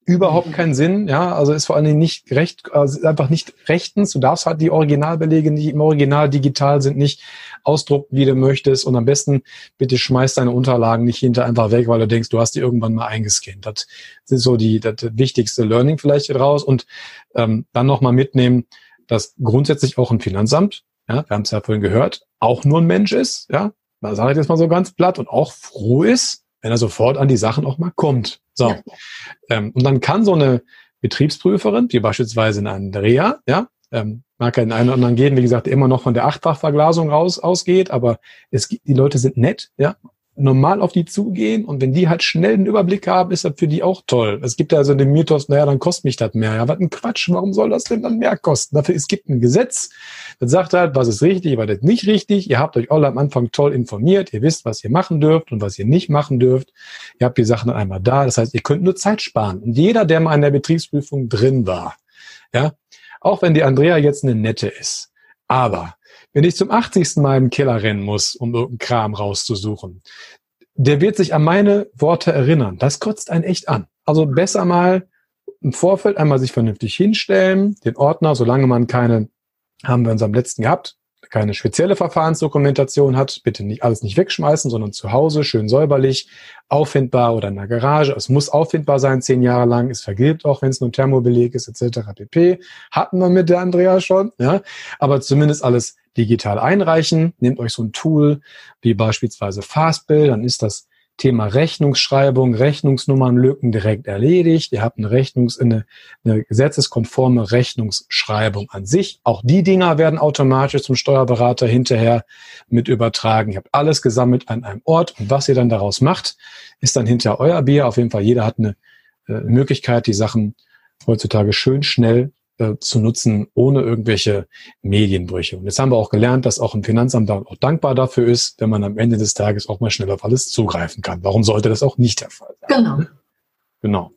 überhaupt keinen Sinn, ja, also ist vor allen Dingen nicht recht, also ist einfach nicht rechtens. Du darfst halt die Originalbelege, die im Original digital sind, nicht ausdrucken, wie du möchtest, und am besten bitte schmeiß deine Unterlagen nicht hinterher einfach weg, weil du denkst, du hast die irgendwann mal eingescannt. Das ist so das wichtigste Learning vielleicht hier draus. Und dann nochmal mitnehmen, dass grundsätzlich auch ein Finanzamt, ja, wir haben es ja vorhin gehört, auch nur ein Mensch ist, ja, da sage ich jetzt mal so ganz platt, und auch froh ist, wenn er sofort an die Sachen auch mal kommt. So. Ja. Und dann kann so eine Betriebsprüferin, wie beispielsweise eine Andrea, ja, mag ja in einen oder anderen gehen, wie gesagt, immer noch von der Achtfachverglasung ausgeht, aber die Leute sind nett, ja, normal auf die zugehen, und wenn die halt schnell einen Überblick haben, ist das für die auch toll. Es gibt ja so den Mythos, naja, dann kostet mich das mehr. Ja, was ein Quatsch, warum soll das denn dann mehr kosten? Dafür, es gibt ein Gesetz, das sagt halt, was ist richtig, was ist nicht richtig. Ihr habt euch alle am Anfang toll informiert, ihr wisst, was ihr machen dürft und was ihr nicht machen dürft. Ihr habt die Sachen dann einmal da, das heißt, ihr könnt nur Zeit sparen. Und jeder, der mal in der Betriebsprüfung drin war, ja, auch wenn die Andrea jetzt eine nette ist, aber wenn ich zum 80. Mal im Keller rennen muss, um irgendeinen Kram rauszusuchen, der wird sich an meine Worte erinnern. Das kotzt einen echt an. Also besser mal im Vorfeld einmal sich vernünftig hinstellen, den Ordner, solange man keine, haben wir uns am letzten gehabt, keine spezielle Verfahrensdokumentation hat, bitte nicht alles nicht wegschmeißen, sondern zu Hause schön säuberlich, auffindbar, oder in der Garage. Es muss auffindbar sein, 10 Jahre lang. Es vergilbt auch, wenn es nur ein Thermobeleg ist, etc. pp. Hatten wir mit der Andrea schon, ja. Aber zumindest alles digital einreichen. Nehmt euch so ein Tool wie beispielsweise Fastbill, dann ist das Thema Rechnungsschreibung, Rechnungsnummernlücken direkt erledigt. Ihr habt eine gesetzeskonforme Rechnungsschreibung an sich. Auch die Dinger werden automatisch zum Steuerberater hinterher mit übertragen. Ihr habt alles gesammelt an einem Ort, und was ihr dann daraus macht, ist dann hinterher euer Bier. Auf jeden Fall, jeder hat eine Möglichkeit, die Sachen heutzutage schön schnell zu nutzen, ohne irgendwelche Medienbrüche. Und jetzt haben wir auch gelernt, dass auch ein Finanzamt auch dankbar dafür ist, wenn man am Ende des Tages auch mal schnell auf alles zugreifen kann. Warum sollte das auch nicht der Fall sein? Genau.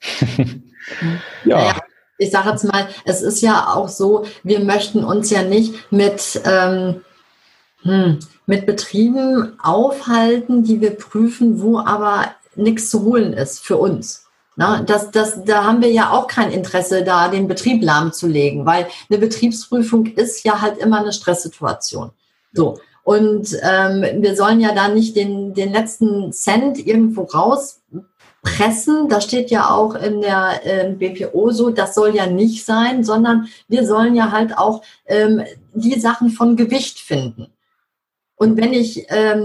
Ja. Ich sage jetzt mal, es ist ja auch so, wir möchten uns ja nicht mit Betrieben aufhalten, die wir prüfen, wo aber nichts zu holen ist für uns. Na, da haben wir ja auch kein Interesse, da den Betrieb lahmzulegen, weil eine Betriebsprüfung ist ja halt immer eine Stresssituation. So. Und wir sollen ja da nicht den letzten Cent irgendwo rauspressen. Da steht ja auch in der BPO so, das soll ja nicht sein, sondern wir sollen ja halt auch die Sachen von Gewicht finden. Und wenn ich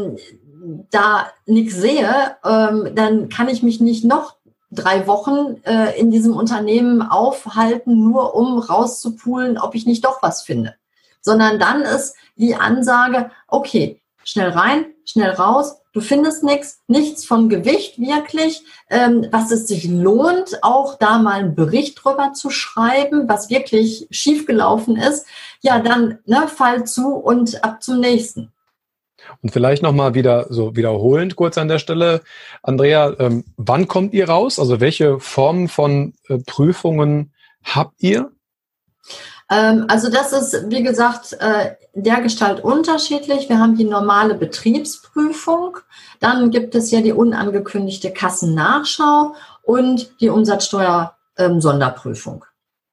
da nichts sehe, dann kann ich mich nicht noch 3 Wochen in diesem Unternehmen aufhalten, nur um rauszupulen, ob ich nicht doch was finde. Sondern dann ist die Ansage, okay, schnell rein, schnell raus, du findest nichts von Gewicht wirklich, was es sich lohnt, auch da mal einen Bericht drüber zu schreiben, was wirklich schiefgelaufen ist, ja dann Fall zu und ab zum nächsten. Und vielleicht nochmal wieder so wiederholend kurz an der Stelle, Andrea, wann kommt ihr raus? Also welche Formen von Prüfungen habt ihr? Also das ist, wie gesagt, dergestalt unterschiedlich. Wir haben die normale Betriebsprüfung, dann gibt es ja die unangekündigte Kassennachschau und die Umsatzsteuer-Sonderprüfung.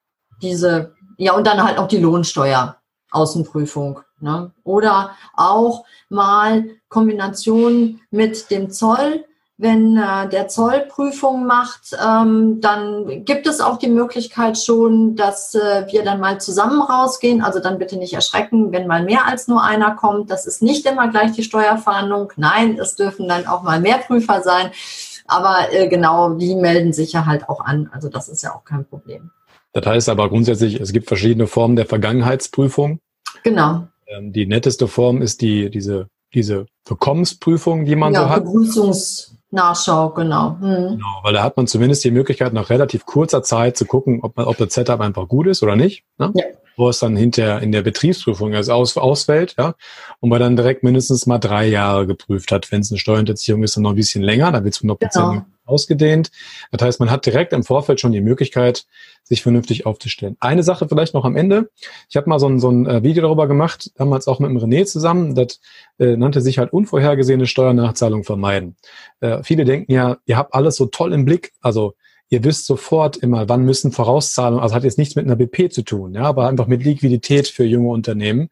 Und dann halt auch die Lohnsteuer-Außenprüfung. Ne? Oder auch mal Kombination mit dem Zoll. Wenn der Zoll Prüfung macht, dann gibt es auch die Möglichkeit schon, dass wir dann mal zusammen rausgehen. Also dann bitte nicht erschrecken, wenn mal mehr als nur einer kommt. Das ist nicht immer gleich die Steuerfahndung. Nein, es dürfen dann auch mal mehr Prüfer sein. Aber genau, die melden sich ja halt auch an. Also das ist ja auch kein Problem. Das heißt aber grundsätzlich, es gibt verschiedene Formen der Vergangenheitsprüfung. Genau. Die netteste Form ist diese Willkommensprüfung, die man so hat. Begrüßungsnachschau, genau. Genau, weil da hat man zumindest die Möglichkeit, nach relativ kurzer Zeit zu gucken, ob das Setup einfach gut ist oder nicht. Ne? Ja. Wo es dann hinterher in der Betriebsprüfung ausfällt, ja, und man dann direkt mindestens mal 3 Jahre geprüft hat. Wenn es eine Steuerhinterziehung ist, dann noch ein bisschen länger, da wird es 100% ausgedehnt. Das heißt, man hat direkt im Vorfeld schon die Möglichkeit, sich vernünftig aufzustellen. Eine Sache vielleicht noch am Ende. Ich habe mal so ein Video darüber gemacht, damals auch mit dem René zusammen. Das nannte sich halt unvorhergesehene Steuernachzahlung vermeiden. Viele denken ja, ihr habt alles so toll im Blick. Also ihr wisst sofort immer, wann müssen Vorauszahlungen, also hat jetzt nichts mit einer BP zu tun, ja, aber einfach mit Liquidität für junge Unternehmen.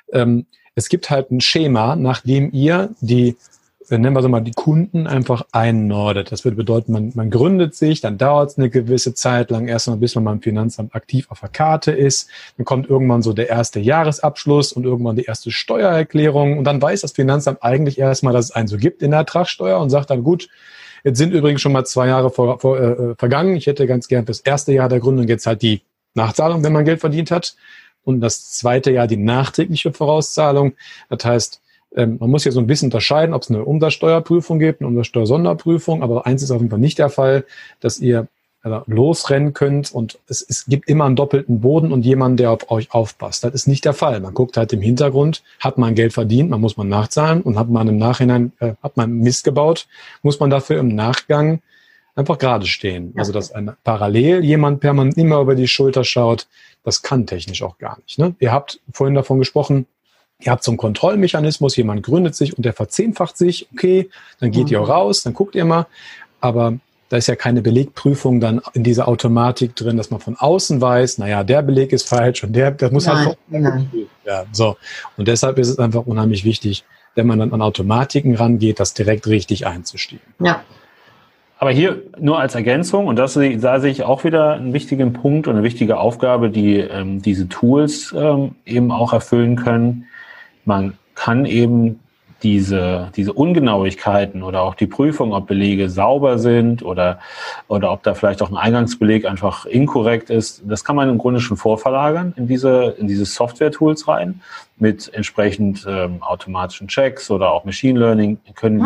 Es gibt halt ein Schema, nachdem ihr die, nennen wir so mal, die Kunden einfach einnordet. Das würde bedeuten, man gründet sich, dann dauert es eine gewisse Zeit lang, erstmal bis man beim Finanzamt aktiv auf der Karte ist. Dann kommt irgendwann so der erste Jahresabschluss und irgendwann die erste Steuererklärung. Und dann weiß das Finanzamt eigentlich erstmal, dass es einen so gibt in der Ertragssteuer und sagt dann, gut, jetzt sind übrigens schon mal 2 Jahre vergangen. Ich hätte ganz gern das erste Jahr der Gründung jetzt halt die Nachzahlung, wenn man Geld verdient hat. Und das zweite Jahr die nachträgliche Vorauszahlung. Das heißt, man muss hier so ein bisschen unterscheiden, ob es eine Umsatzsteuerprüfung gibt, eine Umsatzsteuersonderprüfung. Aber eins ist auf jeden Fall nicht der Fall, dass ihr losrennen könnt und es gibt immer einen doppelten Boden und jemanden, der auf euch aufpasst. Das ist nicht der Fall. Man guckt halt im Hintergrund, hat man Geld verdient, muss man nachzahlen und hat man im Nachhinein, hat man Mist gebaut, muss man dafür im Nachgang einfach gerade stehen. Also, dass parallel jemand permanent immer über die Schulter schaut, das kann technisch auch gar nicht. Ne? Ihr habt vorhin davon gesprochen, ihr habt so einen Kontrollmechanismus, jemand gründet sich und der verzehnfacht sich, okay, dann geht ihr auch raus, dann guckt ihr mal, aber da ist ja keine Belegprüfung dann in dieser Automatik drin, dass man von außen weiß, naja, der Beleg ist falsch und das muss halt geprüft werden. So. Und deshalb ist es einfach unheimlich wichtig, wenn man dann an Automatiken rangeht, das direkt richtig einzustellen. Ja. Aber hier nur als Ergänzung, und da sehe ich auch wieder einen wichtigen Punkt und eine wichtige Aufgabe, die diese Tools eben auch erfüllen können. Man kann eben diese Ungenauigkeiten oder auch die Prüfung, ob Belege sauber sind oder ob da vielleicht auch ein Eingangsbeleg einfach inkorrekt ist, das kann man im Grunde schon vorverlagern in diese Software-Tools rein. Mit entsprechend automatischen Checks oder auch Machine Learning können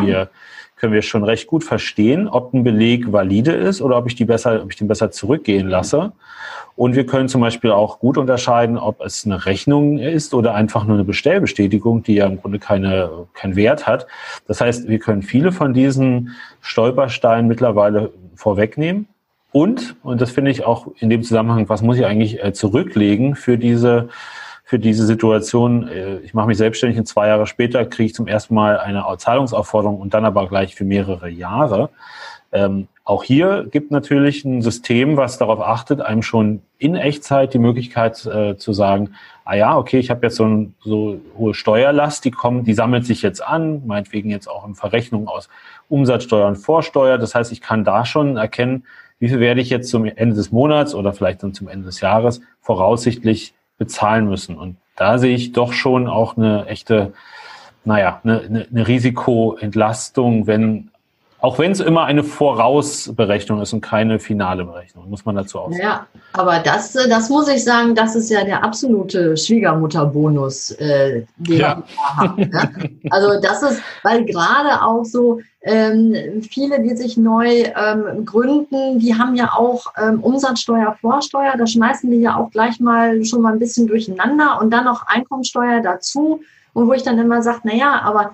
wir schon recht gut verstehen, ob ein Beleg valide ist oder ob ich den besser zurückgehen lasse. Und wir können zum Beispiel auch gut unterscheiden, ob es eine Rechnung ist oder einfach nur eine Bestellbestätigung, die ja im Grunde keinen Wert hat. Das heißt, wir können viele von diesen Stolpersteinen mittlerweile vorwegnehmen. Und das finde ich auch in dem Zusammenhang, was muss ich eigentlich zurücklegen für diese Situation? Ich mache mich selbstständig und 2 Jahre später kriege ich zum ersten Mal eine Zahlungsaufforderung und dann aber gleich für mehrere Jahre. Auch hier gibt natürlich ein System, was darauf achtet, einem schon in Echtzeit die Möglichkeit zu sagen, okay, ich habe jetzt so hohe Steuerlast, die sammelt sich jetzt an, meinetwegen jetzt auch in Verrechnung aus Umsatzsteuer und Vorsteuer. Das heißt, ich kann da schon erkennen, wie viel werde ich jetzt zum Ende des Monats oder vielleicht dann zum Ende des Jahres voraussichtlich bezahlen müssen. Und da sehe ich doch schon auch eine echte, eine Risikoentlastung, auch wenn es immer eine Vorausberechnung ist und keine finale Berechnung, muss man dazu auch sagen. Ja, aber das muss ich sagen, das ist ja der absolute Schwiegermutterbonus, den wir haben. Ne? Also das ist, weil gerade auch so viele, die sich neu gründen, die haben ja auch Umsatzsteuer, Vorsteuer, da schmeißen die ja auch gleich schon mal ein bisschen durcheinander und dann noch Einkommensteuer dazu. Und wo ich dann immer sage, aber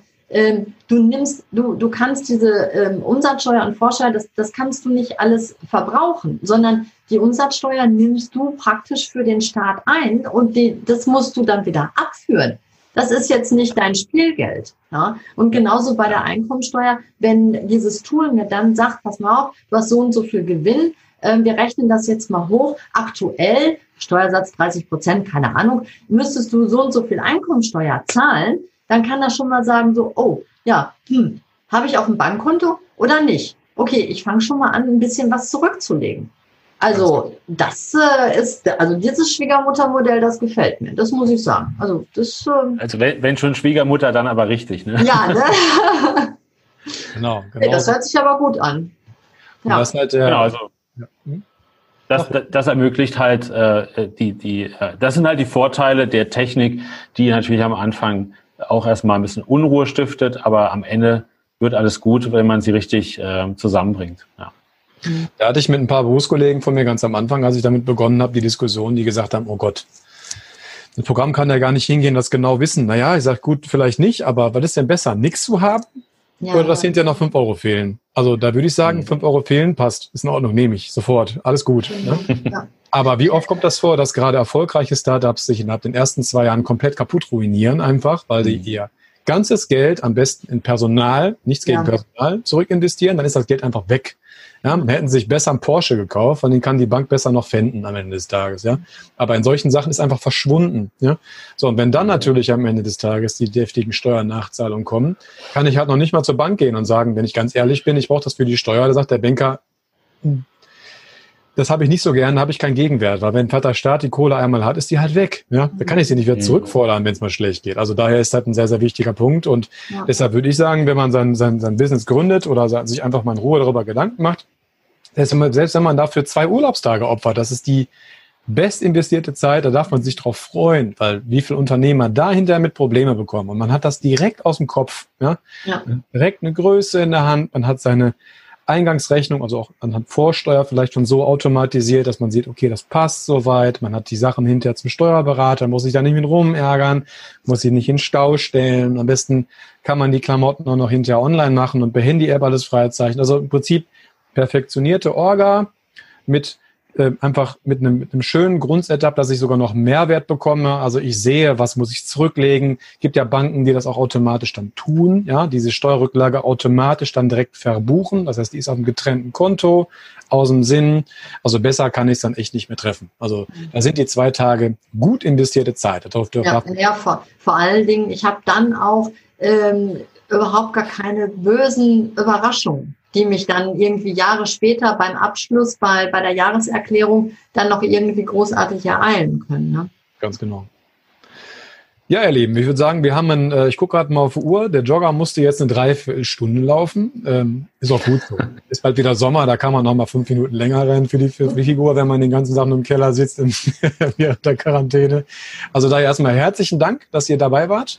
du kannst diese Umsatzsteuer und Vorsteuer, das kannst du nicht alles verbrauchen, sondern die Umsatzsteuer nimmst du praktisch für den Staat ein und das musst du dann wieder abführen. Das ist jetzt nicht dein Spielgeld. Ja? Und genauso bei der Einkommensteuer, wenn dieses Tool mir dann sagt, pass mal auf, du hast so und so viel Gewinn, wir rechnen das jetzt mal hoch, aktuell, Steuersatz 30%, keine Ahnung, müsstest du so und so viel Einkommensteuer zahlen, dann kann das schon mal sagen, so, habe ich auf dem Bankkonto oder nicht? Okay, ich fange schon mal an, ein bisschen was zurückzulegen. Also das dieses Schwiegermuttermodell, das gefällt mir, das muss ich sagen. Also wenn schon Schwiegermutter, dann aber richtig, ne? Ja, ne? Genau. Hey, das hört sich aber gut an. Ja. Das halt, Das ermöglicht halt das sind halt die Vorteile der Technik, die natürlich am Anfang auch erstmal ein bisschen Unruhe stiftet, aber am Ende wird alles gut, wenn man sie richtig zusammenbringt. Ja. Da hatte ich mit ein paar Berufskollegen von mir ganz am Anfang, als ich damit begonnen habe, die Diskussion, die gesagt haben, oh Gott, das Programm kann ja gar nicht hingehen, das genau wissen. Ich sage, gut, vielleicht nicht, aber was ist denn besser, nichts zu haben oder dass hinterher noch 5 Euro fehlen? Also da würde ich sagen, 5 Euro fehlen, passt, ist in Ordnung, nehme ich, sofort, alles gut. Ne? Ja. Aber wie oft kommt das vor, dass gerade erfolgreiche Startups sich innerhalb den ersten 2 Jahren komplett kaputt ruinieren, einfach, weil sie ihr ganzes Geld am besten in Personal, nichts gegen Personal, zurückinvestieren, dann ist das Geld einfach weg. Ja, hätten sich besser einen Porsche gekauft, weil den kann die Bank besser noch pfänden am Ende des Tages. Ja, aber in solchen Sachen ist einfach verschwunden. Ja, so, und wenn dann natürlich am Ende des Tages die deftigen Steuernachzahlungen kommen, kann ich halt noch nicht mal zur Bank gehen und sagen, wenn ich ganz ehrlich bin, ich brauche das für die Steuer. Da sagt der Banker, das habe ich nicht so gern, da habe ich keinen Gegenwert, weil wenn Vater Staat die Kohle einmal hat, ist die halt weg. Ja? Da kann ich sie nicht wieder zurückfordern, wenn es mal schlecht geht. Also daher ist das ein sehr, sehr wichtiger Punkt und deshalb würde ich sagen, wenn man sein Business gründet oder sich einfach mal in Ruhe darüber Gedanken macht, selbst wenn man dafür 2 Urlaubstage opfert, das ist die best investierte Zeit, da darf man sich drauf freuen, weil wie viele Unternehmer dahinter mit Probleme bekommen und man hat das direkt aus dem Kopf. Ja? Direkt eine Größe in der Hand, man hat seine Eingangsrechnung, also auch anhand Vorsteuer vielleicht schon so automatisiert, dass man sieht, okay, das passt soweit, man hat die Sachen hinterher zum Steuerberater, muss sich da nicht mit rumärgern, muss sie nicht in Stau stellen, am besten kann man die Klamotten auch noch hinterher online machen und per Handy-App alles freizeichnen, also im Prinzip perfektionierte Orga mit einfach mit einem schönen Grundsetup, dass ich sogar noch Mehrwert bekomme. Also ich sehe, was muss ich zurücklegen. Gibt ja Banken, die das auch automatisch dann tun, ja, diese Steuerrücklage automatisch dann direkt verbuchen. Das heißt, die ist auf einem getrennten Konto, aus dem Sinn. Also besser kann ich es dann echt nicht mehr treffen. Also da sind die 2 Tage gut investierte Zeit. Vor allen Dingen, ich habe dann auch überhaupt gar keine bösen Überraschungen, die mich dann irgendwie Jahre später beim Abschluss, bei der Jahreserklärung dann noch irgendwie großartig ereilen können. Ne? Ganz genau. Ja, ihr Lieben, ich würde sagen, wir haben ich gucke gerade mal auf die Uhr, der Jogger musste jetzt eine Dreiviertelstunde laufen. Ist auch gut so. Ist bald wieder Sommer, da kann man noch mal 5 Minuten länger rennen für die Figur, wenn man den ganzen Tag im Keller sitzt während der Quarantäne. Also daher erstmal herzlichen Dank, dass ihr dabei wart.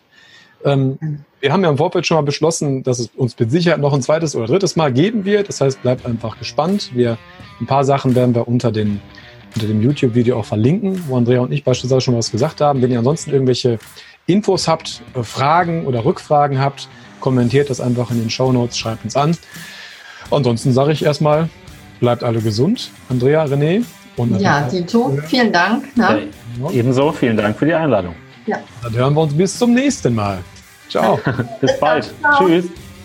Wir haben ja im Vorfeld schon mal beschlossen, dass es uns mit Sicherheit noch ein 2. oder 3. Mal geben wird. Das heißt, bleibt einfach gespannt. Ein paar Sachen werden wir unter dem YouTube-Video auch verlinken, wo Andrea und ich beispielsweise schon was gesagt haben. Wenn ihr ansonsten irgendwelche Infos habt, Fragen oder Rückfragen habt, kommentiert das einfach in den Shownotes, schreibt uns an. Ansonsten sage ich erstmal, bleibt alle gesund. Andrea, René. Und ja, Dito, vielen Dank. Ne? Ja, ebenso, vielen Dank für die Einladung. Ja. Dann hören wir uns bis zum nächsten Mal. Ciao. Bis bald. Tschüss.